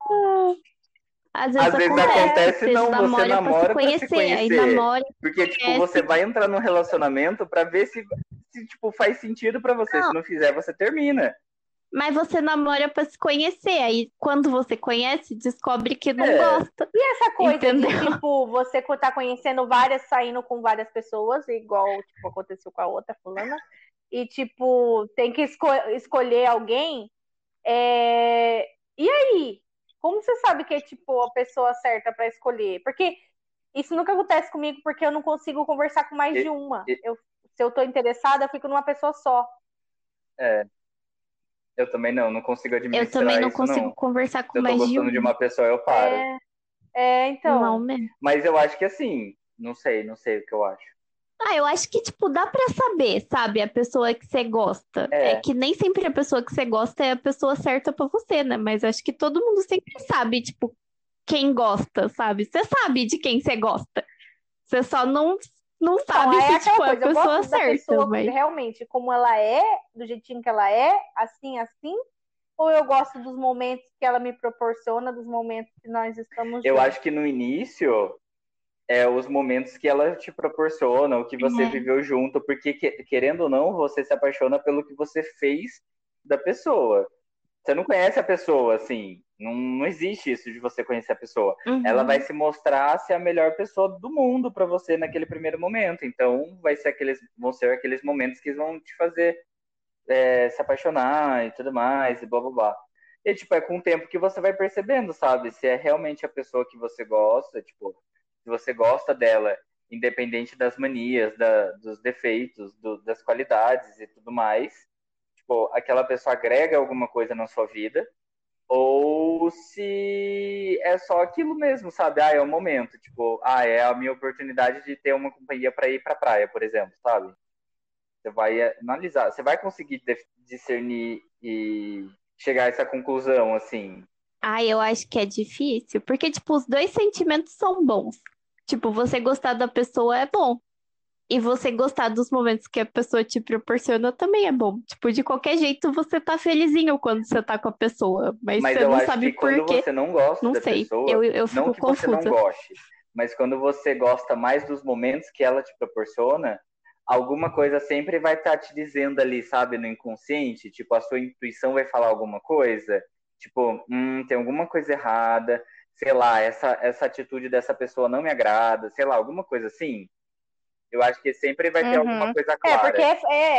Às Às vezes acontece, vocês não, você namoram pra se namora pra se conhecer. Aí conhecer. namora, Porque, tipo, conhece. você vai entrar num relacionamento pra ver se tipo, faz sentido pra você. Não. Se não fizer, você termina. Mas você namora pra se conhecer. Aí quando você conhece, descobre que não É. gosta. E essa coisa Entendeu? de, tipo, você tá conhecendo várias, saindo com várias pessoas, igual, tipo, aconteceu com a outra fulana, e, tipo, tem que escolher alguém, e aí? Como você sabe que é, tipo, a pessoa certa pra escolher? Porque isso nunca acontece comigo, porque eu não consigo conversar com mais de uma. Se eu tô interessada, eu fico numa pessoa só. Eu também não consigo administrar Eu também não isso, consigo não. conversar com Se eu tô mais de gostando de uma. uma pessoa, eu paro. Então. Não mesmo. Mas eu acho que assim, não sei o que eu acho. Eu acho que, tipo, dá pra saber, sabe? A pessoa que você gosta. É que nem sempre a pessoa que você gosta é a pessoa certa pra você, né? Mas acho que todo mundo sempre sabe, tipo, quem gosta, sabe? Você sabe de quem você gosta. Você só não sabe se, tipo, é a pessoa certa. Pessoa, mas... realmente, como ela é, do jeitinho que ela é, assim, ou eu gosto dos momentos que ela me proporciona, dos momentos que nós estamos Eu juntos? acho que no início os momentos que ela te proporciona, o que você É. viveu junto, porque querendo ou não, você se apaixona pelo que você fez da pessoa. Você não conhece a pessoa, assim, não existe isso de você conhecer a pessoa. Ela vai Uhum. se mostrar ser a melhor pessoa do mundo para você naquele primeiro momento. Então, vão ser aqueles momentos que vão te fazer se apaixonar e tudo mais, e blá blá blá. E, tipo, é com o tempo que você vai percebendo, sabe? Se é realmente a pessoa que você gosta, tipo, se você gosta dela, independente das manias, dos defeitos, das qualidades e tudo mais. Tipo, aquela pessoa agrega alguma coisa na sua vida, ou se é só aquilo mesmo, sabe? É o momento, tipo, é a minha oportunidade de ter uma companhia para ir pra praia, por exemplo, sabe? Você vai analisar, você vai conseguir discernir e chegar a essa conclusão, assim. Ah, eu acho que é difícil, porque, tipo, os dois sentimentos são bons. Tipo, você gostar da pessoa é bom. E você gostar dos momentos que a pessoa te proporciona também é bom. Tipo, de qualquer jeito você tá felizinho quando você tá com a pessoa, mas Mas você eu não acho sabe que por quando quê. você não gosta Não da sei. pessoa, Eu não fico que você não confusa. goste, mas quando você gosta mais dos momentos que ela te proporciona, alguma coisa sempre vai estar te dizendo ali, sabe, no inconsciente, tipo, a sua intuição vai falar alguma coisa, tipo, tem alguma coisa errada, sei lá, essa atitude dessa pessoa não me agrada, sei lá, alguma coisa assim. Eu acho que sempre vai ter alguma Uhum. coisa Porque clara.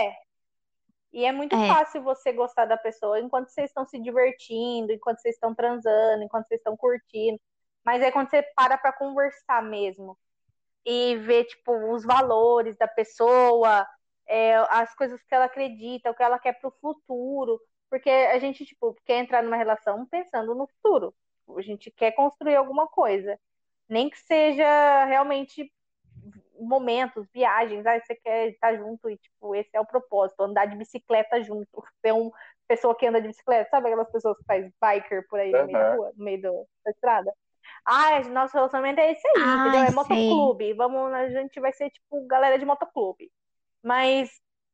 e é muito É, fácil você gostar da pessoa enquanto vocês estão se divertindo, enquanto vocês estão transando, enquanto vocês estão curtindo. Mas é quando você para conversar mesmo e ver, tipo, os valores da pessoa, as coisas que ela acredita, o que ela quer pro futuro. Porque a gente, tipo, quer entrar numa relação pensando no futuro. A gente quer construir alguma coisa. Nem que seja realmente momentos, viagens, você quer estar junto e, tipo, esse é o propósito, andar de bicicleta junto, ser uma pessoa que anda de bicicleta, sabe aquelas pessoas que faz biker por aí no meio da Uhum. rua, no meio da estrada? Nosso relacionamento é esse aí, entendeu? ai, É sei. motoclube, a gente vai ser, tipo, galera de motoclube. Mas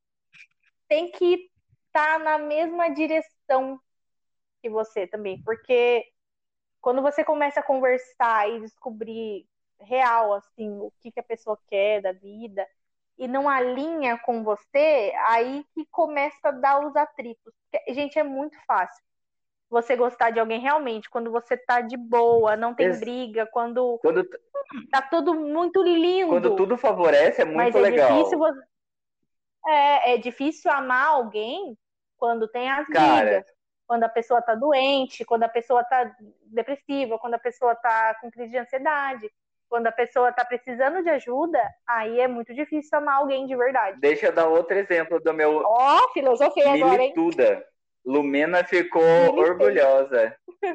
tem que estar na mesma direção que você também, porque quando você começa a conversar e descobrir real, assim, o que, que a pessoa quer da vida, e não alinha com você, aí que começa a dar os atritos. Porque, gente, é muito fácil você gostar de alguém realmente, quando você tá de boa, não tem Ex- briga, quando Quando, tá tudo muito quando lindo. tudo favorece, é Mas muito legal. é difícil amar alguém quando tem as Cara, brigas, quando a pessoa tá doente, quando a pessoa tá depressiva, quando a pessoa tá com crise de ansiedade, quando a pessoa tá precisando de ajuda, aí é muito difícil amar alguém de verdade. deixa eu dar outro exemplo do meu Ó, oh, filosofei agora, hein? Milituda. Lumena ficou Militei. orgulhosa.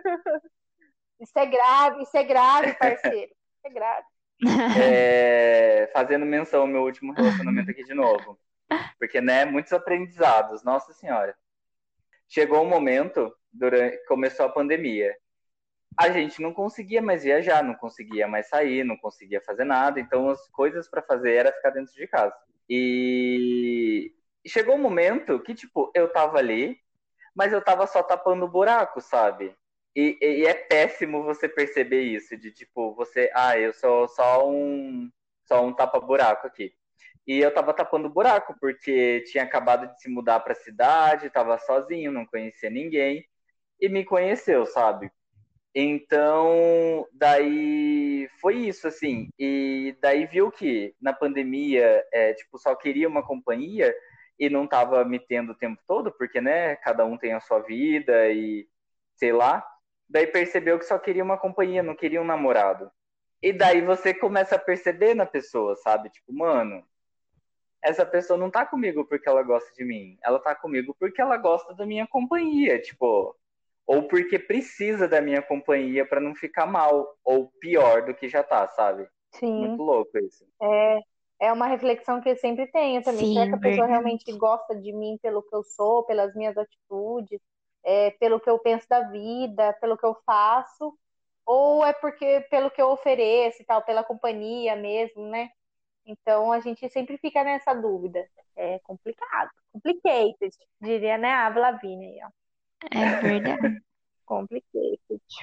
Isso é grave, parceiro. Isso é grave. Fazendo menção ao meu último relacionamento aqui de novo. Porque, né, muitos aprendizados, nossa senhora. Chegou um momento, começou a pandemia. A gente não conseguia mais viajar, não conseguia mais sair, não conseguia fazer nada. Então, as coisas para fazer era ficar dentro de casa. E chegou um momento que, tipo, eu tava ali, mas eu tava só tapando o buraco, sabe? E é péssimo você perceber isso, de tipo, eu sou só um tapa-buraco aqui. E eu tava tapando o buraco, porque tinha acabado de se mudar pra cidade, tava sozinho, não conhecia ninguém, e me conheceu, sabe? Então, daí foi isso, assim. E daí viu que na pandemia, tipo, só queria uma companhia e não tava me tendo o tempo todo, porque, né, cada um tem a sua vida e sei lá. Daí percebeu que só queria uma companhia, não queria um namorado. E daí você começa a perceber na pessoa, sabe? Tipo, mano, essa pessoa não tá comigo porque ela gosta de mim. Ela tá comigo porque ela gosta da minha companhia, tipo, ou porque precisa da minha companhia para não ficar mal, ou pior do que já tá, sabe? Sim, Muito louco isso. é uma reflexão que eu sempre tenho também. Será que Sim, a pessoa verdade. realmente gosta de mim pelo que eu sou, pelas minhas atitudes, pelo que eu penso da vida, pelo que eu faço? Ou é porque pelo que eu ofereço e tal, pela companhia mesmo, né? Então a gente sempre fica nessa dúvida. É complicado. Complicated, diria, né? A Avril Lavigne aí, ó. É verdade. Complicated.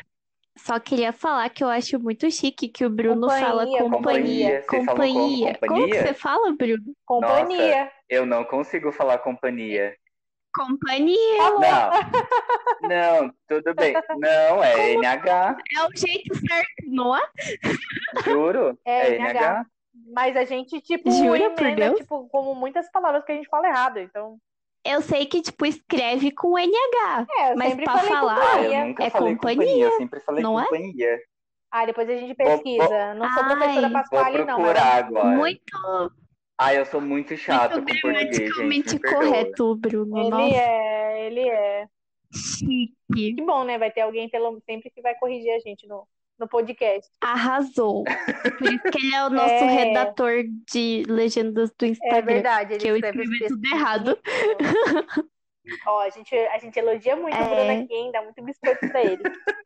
Só queria falar que eu acho muito chique que o Bruno fala Companhia, companhia. Vocês falam como? Companhia. Como que você Companhia? fala, Bruno? Nossa, Companhia. eu não consigo falar companhia. Companhia. Falou. Não, tudo bem. Não, é Como NH, é o jeito certo, não é? juro. É É NH. NH. Mas a gente, tipo, Jura por emenda, Deus? tipo, como muitas palavras que a gente fala errado. Então, Eu sei que, tipo, escreve com NH. eu Mas sempre pra falei falar, Eu companhia. nunca é falei companhia, companhia, eu sempre falei não é? companhia. Depois a gente Vou pesquisa. Não sou professora Ai, vou Pasquale, não, mas procurar vamos. agora. muito, Eu sou muito chato com português, gente, me gramaticalmente perdoa. correto, o Bruno. Ele Nossa, é, ele é. chique. Que bom, né? Vai ter alguém sempre que vai corrigir a gente no podcast. Arrasou. Por isso que ele é o nosso É, redator de legendas do é Instagram. verdade, ele Que eu escreve os escrevi textos tudo errado. bonitinhos. Ó, a gente elogia muito o Bruno aqui, hein? Dá muito biscoito pra ele.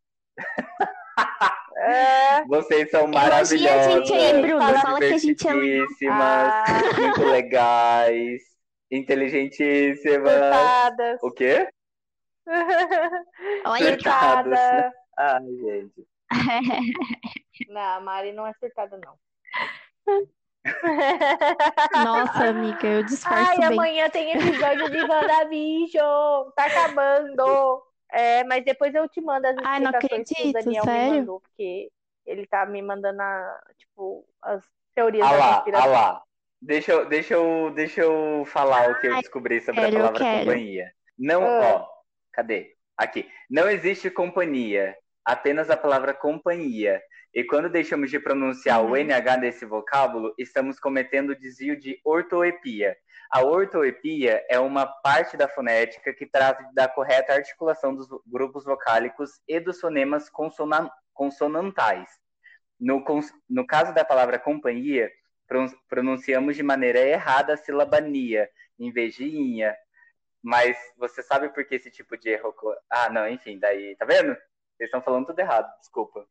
Vocês são Elogia a gente aí, maravilhosas, Bruno. Fala- Fala que a gente é legal. divertidíssimas, muito legais, inteligentíssimas. Surtadas. O quê? Olha que Surtada. Ai, gente. Não, a Mari não é surtada, não. Nossa, amiga, eu disfarço Ai, bem. amanhã tem episódio de WandaVision. Tá acabando. É, mas depois eu te mando as Ai, não explicações que o acredito, Daniel me sério? mandou, porque ele tá me mandando as teorias Ah da lá, conspiração. lá. Deixa eu falar o que eu descobri sobre a Sério, eu palavra quero. companhia. Não, Ah. cadê? Aqui. Não existe companhia, apenas a palavra companhia. E quando deixamos de pronunciar o NH desse vocábulo, estamos cometendo desvio de ortoepia. A ortoepia é uma parte da fonética que trata da correta articulação dos grupos vocálicos e dos fonemas consonantais. No caso da palavra companhia, pronunciamos de maneira errada a sílaba nia, em vez de inha. Mas você sabe por que esse tipo de erro... não, enfim, daí... Tá vendo? Vocês estão falando tudo errado, desculpa.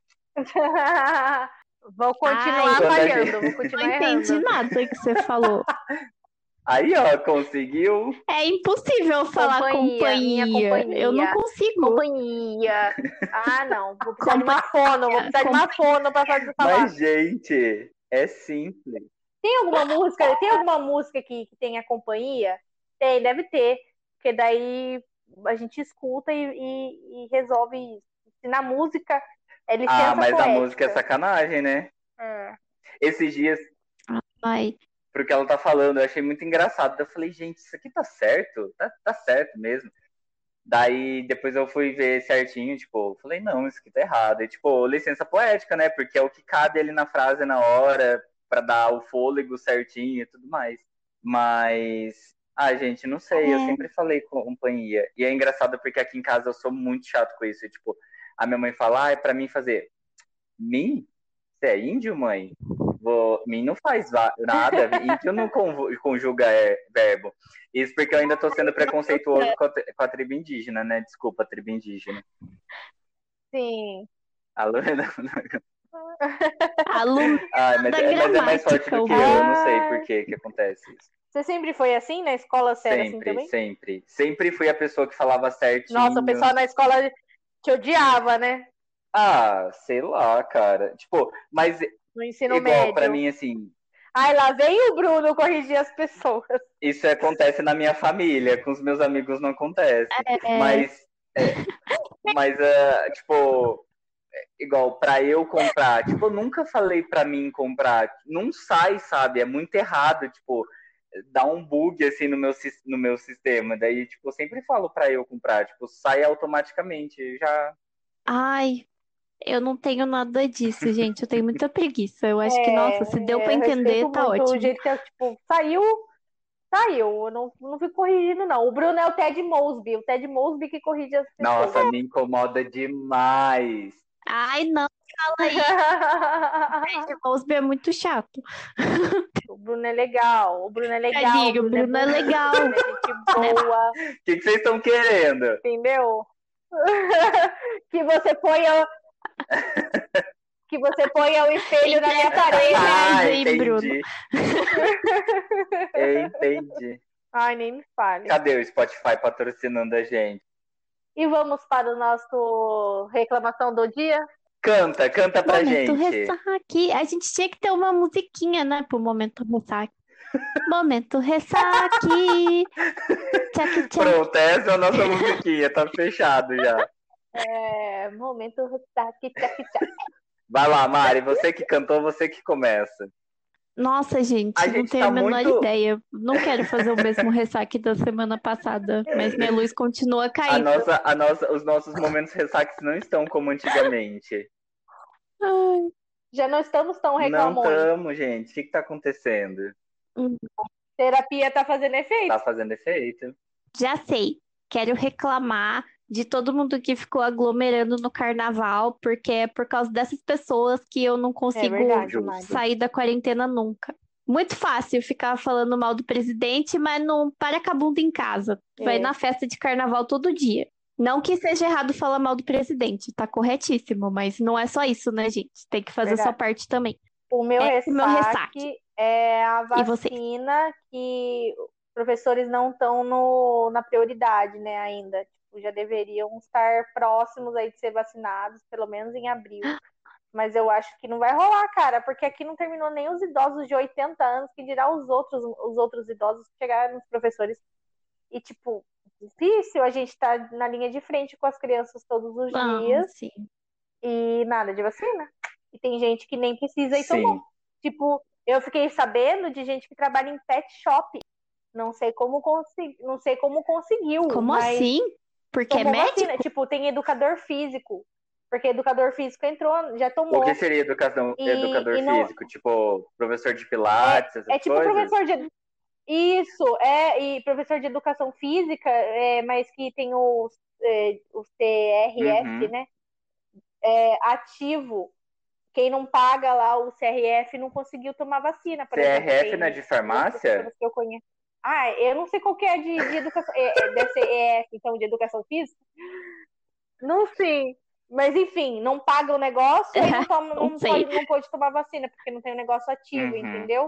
Vou continuar Quando a falhando, gente- vou Não continuar entendi errando. nada que você falou. Aí, ó, conseguiu. É impossível falar Companhia, minha companhia. Eu não companhia. consigo. Companhia. Ah, não. Vou precisar de uma fono. Vou precisar de uma fono pra falar. Mas, gente, é simples. Tem alguma música que tenha companhia? Tem, deve ter. Porque daí a gente escuta e resolve isso. Se na música é licença Mas a poética. música é sacanagem, né? É. Esses dias, Ai, porque ela tá falando, eu achei muito engraçado. Eu falei, gente, isso aqui tá certo? Tá certo mesmo. Daí, depois eu fui ver certinho, tipo, falei, não, isso aqui tá errado. E, tipo, licença poética, né? Porque é o que cabe ali na frase na hora, pra dar o fôlego certinho e tudo mais. Mas, gente, não sei, eu sempre falei companhia. E é engraçado porque aqui em casa eu sou muito chato com isso. E, tipo, a minha mãe fala, é pra mim fazer. Mim? Você é índio, mãe? Mim não faz nada. Índio não conjuga verbo. Isso porque eu ainda tô sendo preconceituoso com a tribo indígena, né? Desculpa, a tribo indígena. Sim. Alô? aluno Mas da é mais forte do que gramática, eu não sei por que acontece isso. Você sempre foi assim? Na escola você era assim também? Sempre. Sempre fui a pessoa que falava certinho. Nossa, o pessoal na escola te odiava, né? Sei lá, cara. Tipo, mas No ensino igual, médio. pra mim, assim, Ai, lá vem o Bruno corrigir as pessoas. isso acontece na minha família, com os meus amigos não acontece. Mas, tipo, igual, pra eu comprar, tipo, eu nunca falei pra mim comprar, não sai, sabe? É muito errado, tipo, dá um bug, assim, no meu sistema. Daí, tipo, eu sempre falo pra eu comprar, tipo, sai automaticamente, já... Ai, eu não tenho nada disso, gente. Eu tenho muita preguiça. Eu acho que, nossa, se deu pra entender, respeito tá muito ótimo. o jeito que, tipo, saiu. Eu não fico corrigindo, não. O Bruno é o Ted Mosby. O Ted Mosby que corrige as pessoas. Nossa, me incomoda demais. Ai, não, fala aí. Ted Mosby é muito chato. O Bruno é legal. O Bruno é legal. Tadinho, o Bruno é legal. O Bruno é gente boa. O que vocês estão querendo? Entendeu? Que você ponha o espelho na minha parede. hein, Bruno? Entendi. Eu entendi. Ai, nem me fale. Cadê o Spotify patrocinando a gente? E vamos para o nosso reclamação do dia? Canta pra Momento gente. ressaque. A gente tinha que ter uma musiquinha, né? Pro momento ressaque. Momento ressaque. Tchac, tchac. Pronto, essa é a nossa musiquinha, tá fechado já. Momento ressaque, tchac, tchac. Vai lá, Mari, você que cantou, você que começa. Nossa, gente, A não gente tenho tá a menor muito- ideia. Não quero fazer o mesmo ressaque da semana passada, mas minha luz continua caindo. Os nossos momentos ressaques não estão como antigamente. Ai, Já não estamos tão Não reclamões. estamos, gente. O que tá acontecendo? Terapia tá fazendo efeito. Tá fazendo efeito. já sei. Quero reclamar de todo mundo que ficou aglomerando no carnaval, porque é por causa dessas pessoas que eu não consigo verdade, Justo. Mari. sair da quarentena nunca. Muito fácil ficar falando mal do presidente, mas não para com a bunda em casa. Vai É. na festa de carnaval todo dia. Não que seja errado falar mal do presidente, tá corretíssimo, mas não é só isso, né, gente? Tem que fazer Verdade. sua parte também. O meu Esse é o meu ressaque é a E você? vacina que os professores não estão na prioridade, né, ainda. Tipo, já deveriam estar próximos aí de ser vacinados, pelo menos em abril. Mas eu acho que não vai rolar, cara, porque aqui não terminou nem os idosos de 80 anos, que dirá os outros idosos que chegaram nos professores. E, tipo, difícil a gente estar na linha de frente com as crianças todos os dias Sim. e nada de vacina. E tem gente que nem precisa ir Sim. tomar. Tipo, eu fiquei sabendo de gente que trabalha em pet shop. Não sei como conseguiu. Como mas assim? Porque é tomou médico? vacina. Tipo, tem educador físico. Porque educador físico entrou, já tomou. O que seria educador não- físico? Tipo, professor de pilates, essas É tipo coisas? professor de. Isso, e professor de educação física, mas que tem o CRF, Uhum. né? Ativo. Quem não paga lá o CRF não conseguiu tomar vacina, por exemplo. CRF não é de farmácia? Que eu conheço. Eu não sei qual que é de educação. Deve ser EF, então, de educação física. Não sei. Mas enfim, não paga o negócio e não pode tomar vacina, porque não tem o negócio ativo, Uhum. entendeu?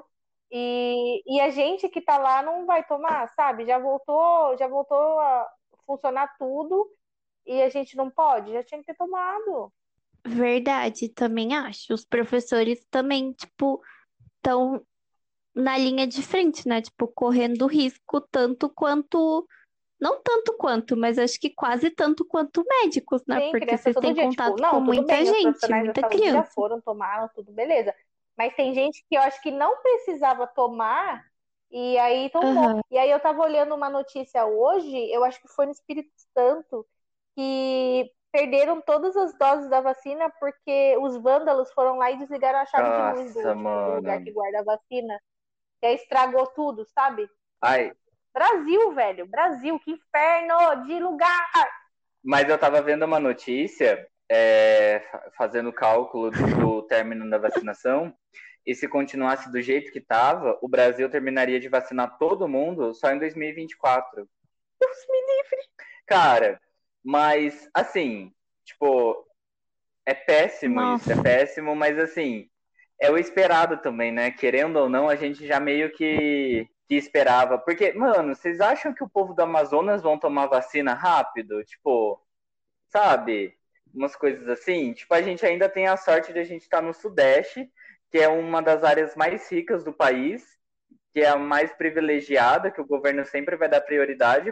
E a gente que tá lá não vai tomar, sabe? Já voltou a funcionar tudo e a gente não pode, já tinha que ter tomado. Verdade, também acho. Os professores também, tipo, estão na linha de frente, né? Tipo, correndo risco tanto quanto. Não tanto quanto, mas acho que quase tanto quanto médicos, né? Sim, Porque criança vocês todo têm dia. contato Tipo, não, com tudo muita bem, os gente, profissionais muita da saúde já criança. foram, tomaram, tudo beleza. Mas tem gente que eu acho que não precisava tomar e aí tomou. Aham. E aí eu tava olhando uma notícia hoje, eu acho que foi no Espírito Santo, que perderam todas as doses da vacina porque os vândalos foram lá e desligaram a chave de luz Nossa, do lugar mano. que guarda a vacina. E aí estragou tudo, sabe? Ai, Brasil, velho, Brasil, que inferno de lugar! mas eu tava vendo uma notícia, fazendo cálculo do término da vacinação, e se continuasse do jeito que tava, o Brasil terminaria de vacinar todo mundo só em 2024. Deus me livre! Cara, mas, assim, tipo, é péssimo Nossa. isso, é péssimo, mas, assim, é o esperado também, né? Querendo ou não, a gente já meio que esperava. Porque, mano, vocês acham que o povo do Amazonas vão tomar vacina rápido? Tipo, sabe? Umas coisas assim. Tipo, a gente ainda tem a sorte de a gente estar no Sudeste, que é uma das áreas mais ricas do país, que é a mais privilegiada, que o governo sempre vai dar prioridade.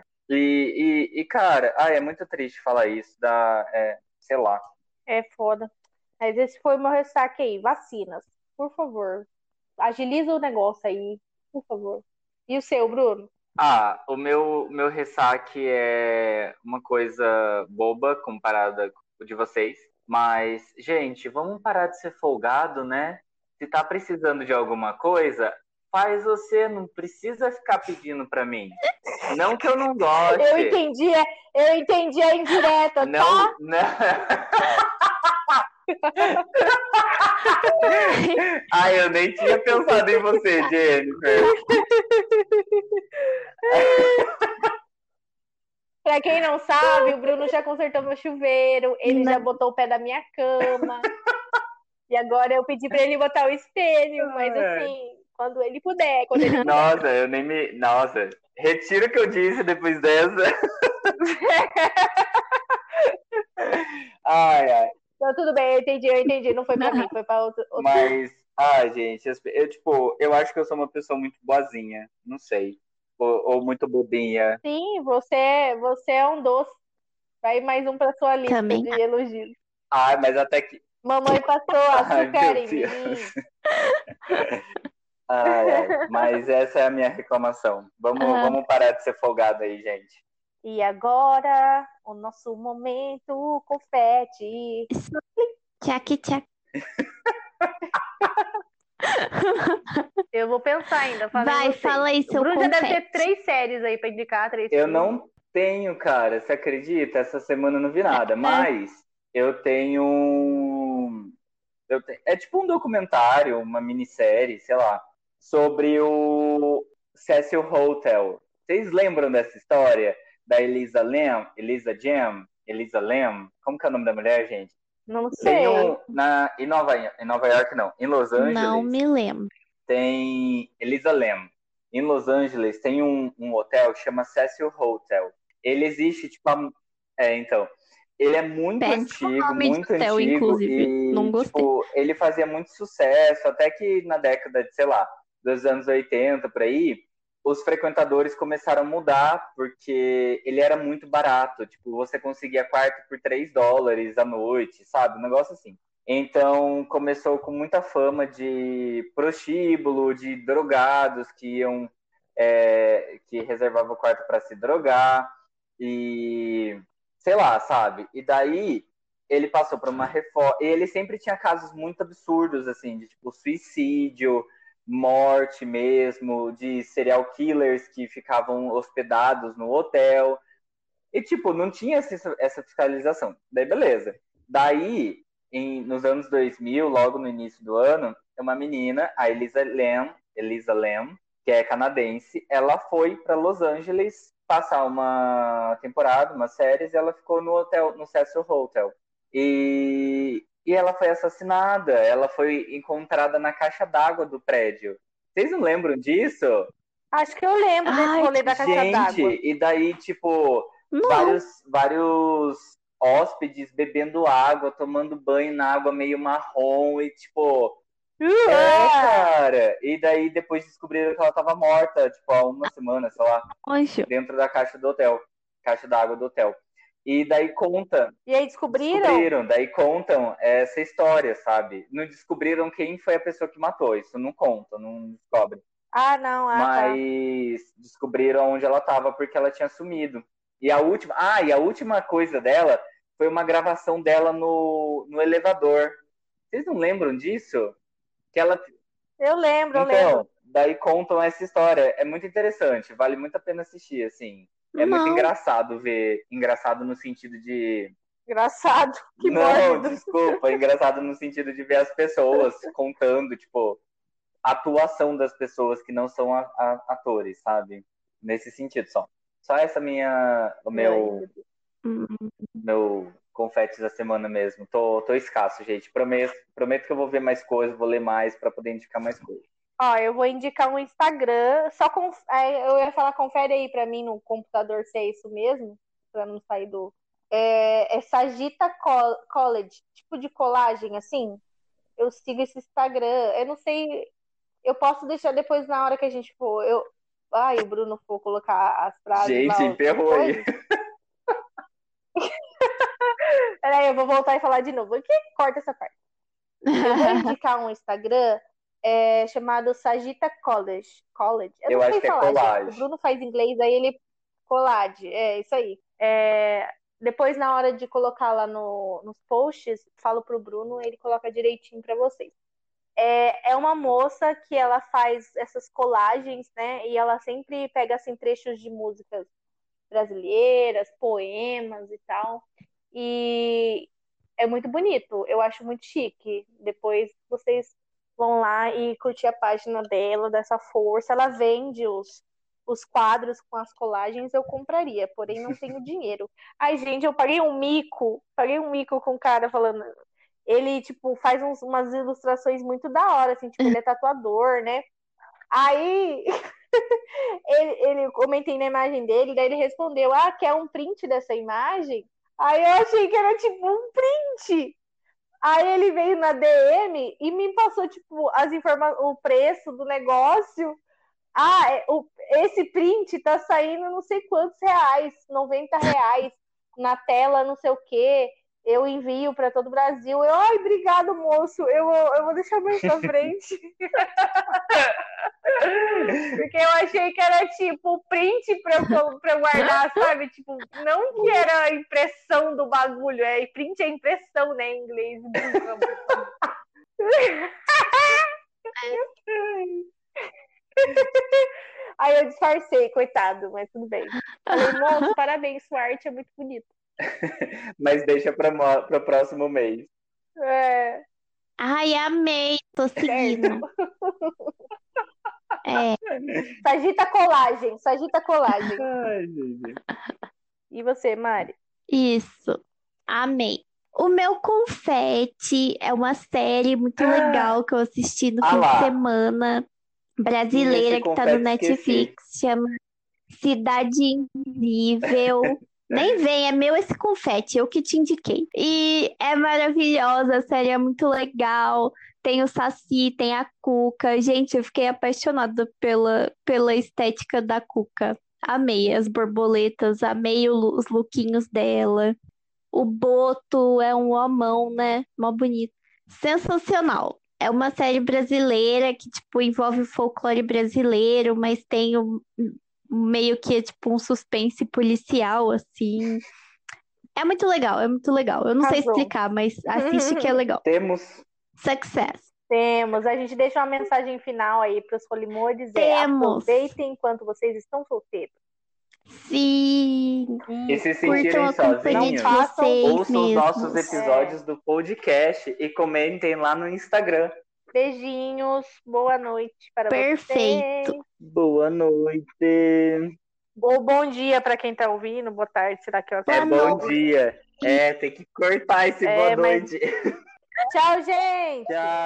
Cara, é muito triste falar isso, sei lá. É foda. Mas esse foi o meu ressaque aí. Vacinas, por favor. Agiliza o negócio aí, por favor. E o seu, Bruno? O meu ressaque é uma coisa boba comparada com o de vocês. Mas, gente, vamos parar de ser folgado, né? Se tá precisando de alguma coisa, faz você, não precisa ficar pedindo pra mim. Não que eu não goste. Eu entendi a indireta, Não, tá? não. Eu nem tinha pensado em você, Jennifer. Pra quem não sabe, o Bruno já consertou meu chuveiro, ele já botou o pé da minha cama. E agora eu pedi pra ele botar o espelho, mas assim, quando ele puder, Nossa, eu nem me... Nossa, retiro o que eu disse depois dessa. Ai. Então, tudo bem, eu entendi. Não foi pra mim, foi pra outro. Mas, gente, eu acho que eu sou uma pessoa muito boazinha, não sei. Ou muito bobinha. Sim, você é um doce. Vai mais um pra sua lista Também. de elogios. Mas até que. Mamãe passou Ai, açúcar meu em Deus. mim. Mas essa é a minha reclamação. Vamos parar de ser folgado aí, gente. E agora, o nosso momento confete. Tchac, tchac. Eu vou pensar ainda. Vai, fala aí O seu Bruno já deve ter confete. 3 séries aí pra indicar, 3 Eu filmes. não tenho, cara, você acredita? Essa semana eu não vi nada, mas eu tenho. É tipo um documentário, uma minissérie, sei lá, sobre o Cecil Hotel. Vocês lembram dessa história da Elisa Lam? Elisa Lam? Como que é o nome da mulher, gente? Não Tem sei. em Nova York, não. Em Los Não Angeles me lembro. tem Elisa Lam. Em Los Angeles tem um hotel que chama Cecil Hotel. Ele existe, tipo, então. Ele é muito Péssimo antigo, nome de muito hotel, antigo, inclusive. Não e, gostei. tipo, ele fazia muito sucesso, até que na década de, sei lá, dos anos 80, por aí, os frequentadores começaram a mudar, porque ele era muito barato, tipo, você conseguia quarto por $3 a noite, sabe? Um negócio assim. Então, começou com muita fama de prostíbulo, de drogados que iam, que reservavam o quarto para se drogar, e sei lá, sabe? E daí ele passou por uma reforma. E ele sempre tinha casos muito absurdos, assim, de tipo suicídio, morte mesmo, de serial killers que ficavam hospedados no hotel. E, tipo, não tinha essa fiscalização. Daí, beleza. Daí, nos anos 2000, logo no início do ano, uma menina, a Elisa Lam, que é canadense, ela foi para Los Angeles passar uma temporada, umas séries, e ela ficou no hotel, no Cecil Hotel. E ela foi assassinada, ela foi encontrada na caixa d'água do prédio. Vocês não lembram disso? Acho que eu lembro desse rolê da caixa d'água. Gente, e daí, tipo, Não. vários hóspedes bebendo água, tomando banho na água meio marrom e, tipo, cara. E daí depois descobriram que ela tava morta, tipo, há uma semana, sei lá, Anjo. dentro da caixa do hotel, caixa d'água do hotel. E daí E aí descobriram? daí contam essa história, sabe? Não descobriram quem foi a pessoa que matou, isso não conta, não descobre. Ah, não, tá. Mas descobriram onde ela estava porque ela tinha sumido. E a última coisa dela foi uma gravação dela no elevador. Vocês não lembram disso? Que ela Eu lembro. Então, daí contam essa história. É muito interessante, vale muito a pena assistir, assim. É muito Não. engraçado ver, engraçado no sentido de Engraçado. Que não, mórbido. desculpa, engraçado no sentido de ver as pessoas contando, tipo, a atuação das pessoas que não são atores, sabe? Nesse sentido só. Só essa o meu confete da semana mesmo. Tô escasso, gente. Prometo que eu vou ver mais coisas, vou ler mais para poder indicar mais coisas. Ó, eu vou indicar um Instagram. Eu ia falar, confere aí pra mim no computador se é isso mesmo, pra não sair do. É Sagita College, tipo de colagem, assim. Eu sigo esse Instagram. Eu não sei. Eu posso deixar depois na hora que a gente for. Ai, o Bruno for colocar as frases lá. Gente, emperrou aí. Peraí, eu vou voltar e falar de novo. Aqui, corta essa parte. Eu vou indicar um Instagram chamado Sagita College. Eu não sei acho que falar, é collage. gente. O Bruno faz inglês, aí ele. Collage, é isso aí. Depois, na hora de colocar lá nos posts, falo pro Bruno, ele coloca direitinho para vocês. É uma moça que ela faz essas colagens, né? E ela sempre pega assim trechos de músicas brasileiras, poemas e tal. E é muito bonito, eu acho muito chique. Depois vocês vão lá e curtir a página dela, dessa força. Ela vende os quadros com as colagens, eu compraria, porém não tenho dinheiro. Ai, gente, eu paguei um mico com o cara falando. Ele, tipo, faz umas ilustrações muito da hora, assim, tipo, ele é tatuador, né? Aí eu comentei na imagem dele, daí ele respondeu: quer um print dessa imagem? Aí eu achei que era tipo um print. Aí ele veio na DM e me passou, tipo, o preço do negócio. Esse print tá saindo não sei quantos reais, R$ 90 na tela, não sei o quê. Eu envio para todo o Brasil. Ai, obrigado, moço. Eu vou deixar mais pra frente. Porque eu achei que era tipo print pra eu guardar, sabe? Tipo, não que era a impressão do bagulho. Print é impressão, né, em inglês. Aí eu disfarcei, coitado, mas tudo bem. Falei, moço, parabéns, sua arte é muito bonita. Mas deixa para o próximo mês. Ai, amei, tô seguindo. Sagita colagem. Ai, gente. E você, Mari? Isso, amei. O meu confete é uma série muito legal que eu assisti no fim de semana, brasileira, que tá no Netflix, chama Cidade Invisível. Nem vem, é meu esse confete, eu que te indiquei. E é maravilhosa, a série é muito legal. Tem o Saci, tem a Cuca. Gente, eu fiquei apaixonada pela estética da Cuca. Amei as borboletas, amei os lookinhos dela. O Boto é um homão, né? Mó bonito. Sensacional. É uma série brasileira que, tipo, envolve o folclore brasileiro, mas tem meio que, tipo, um suspense policial, assim. É muito legal, é muito legal. Eu não sei explicar, mas assiste que é legal. Temos. Success. Temos. A gente deixa uma mensagem final aí para os polimores. Aproveitem enquanto vocês estão solteiros. Sim. E se sentirem sozinhos, ouçam os nossos episódios do podcast e comentem lá no Instagram. Beijinhos, boa noite para Perfeito. vocês. Boa noite. Ou bom dia para quem tá ouvindo, boa tarde, será que eu bom dia. Tem que cortar esse boa noite. Tchau, gente. Tchau.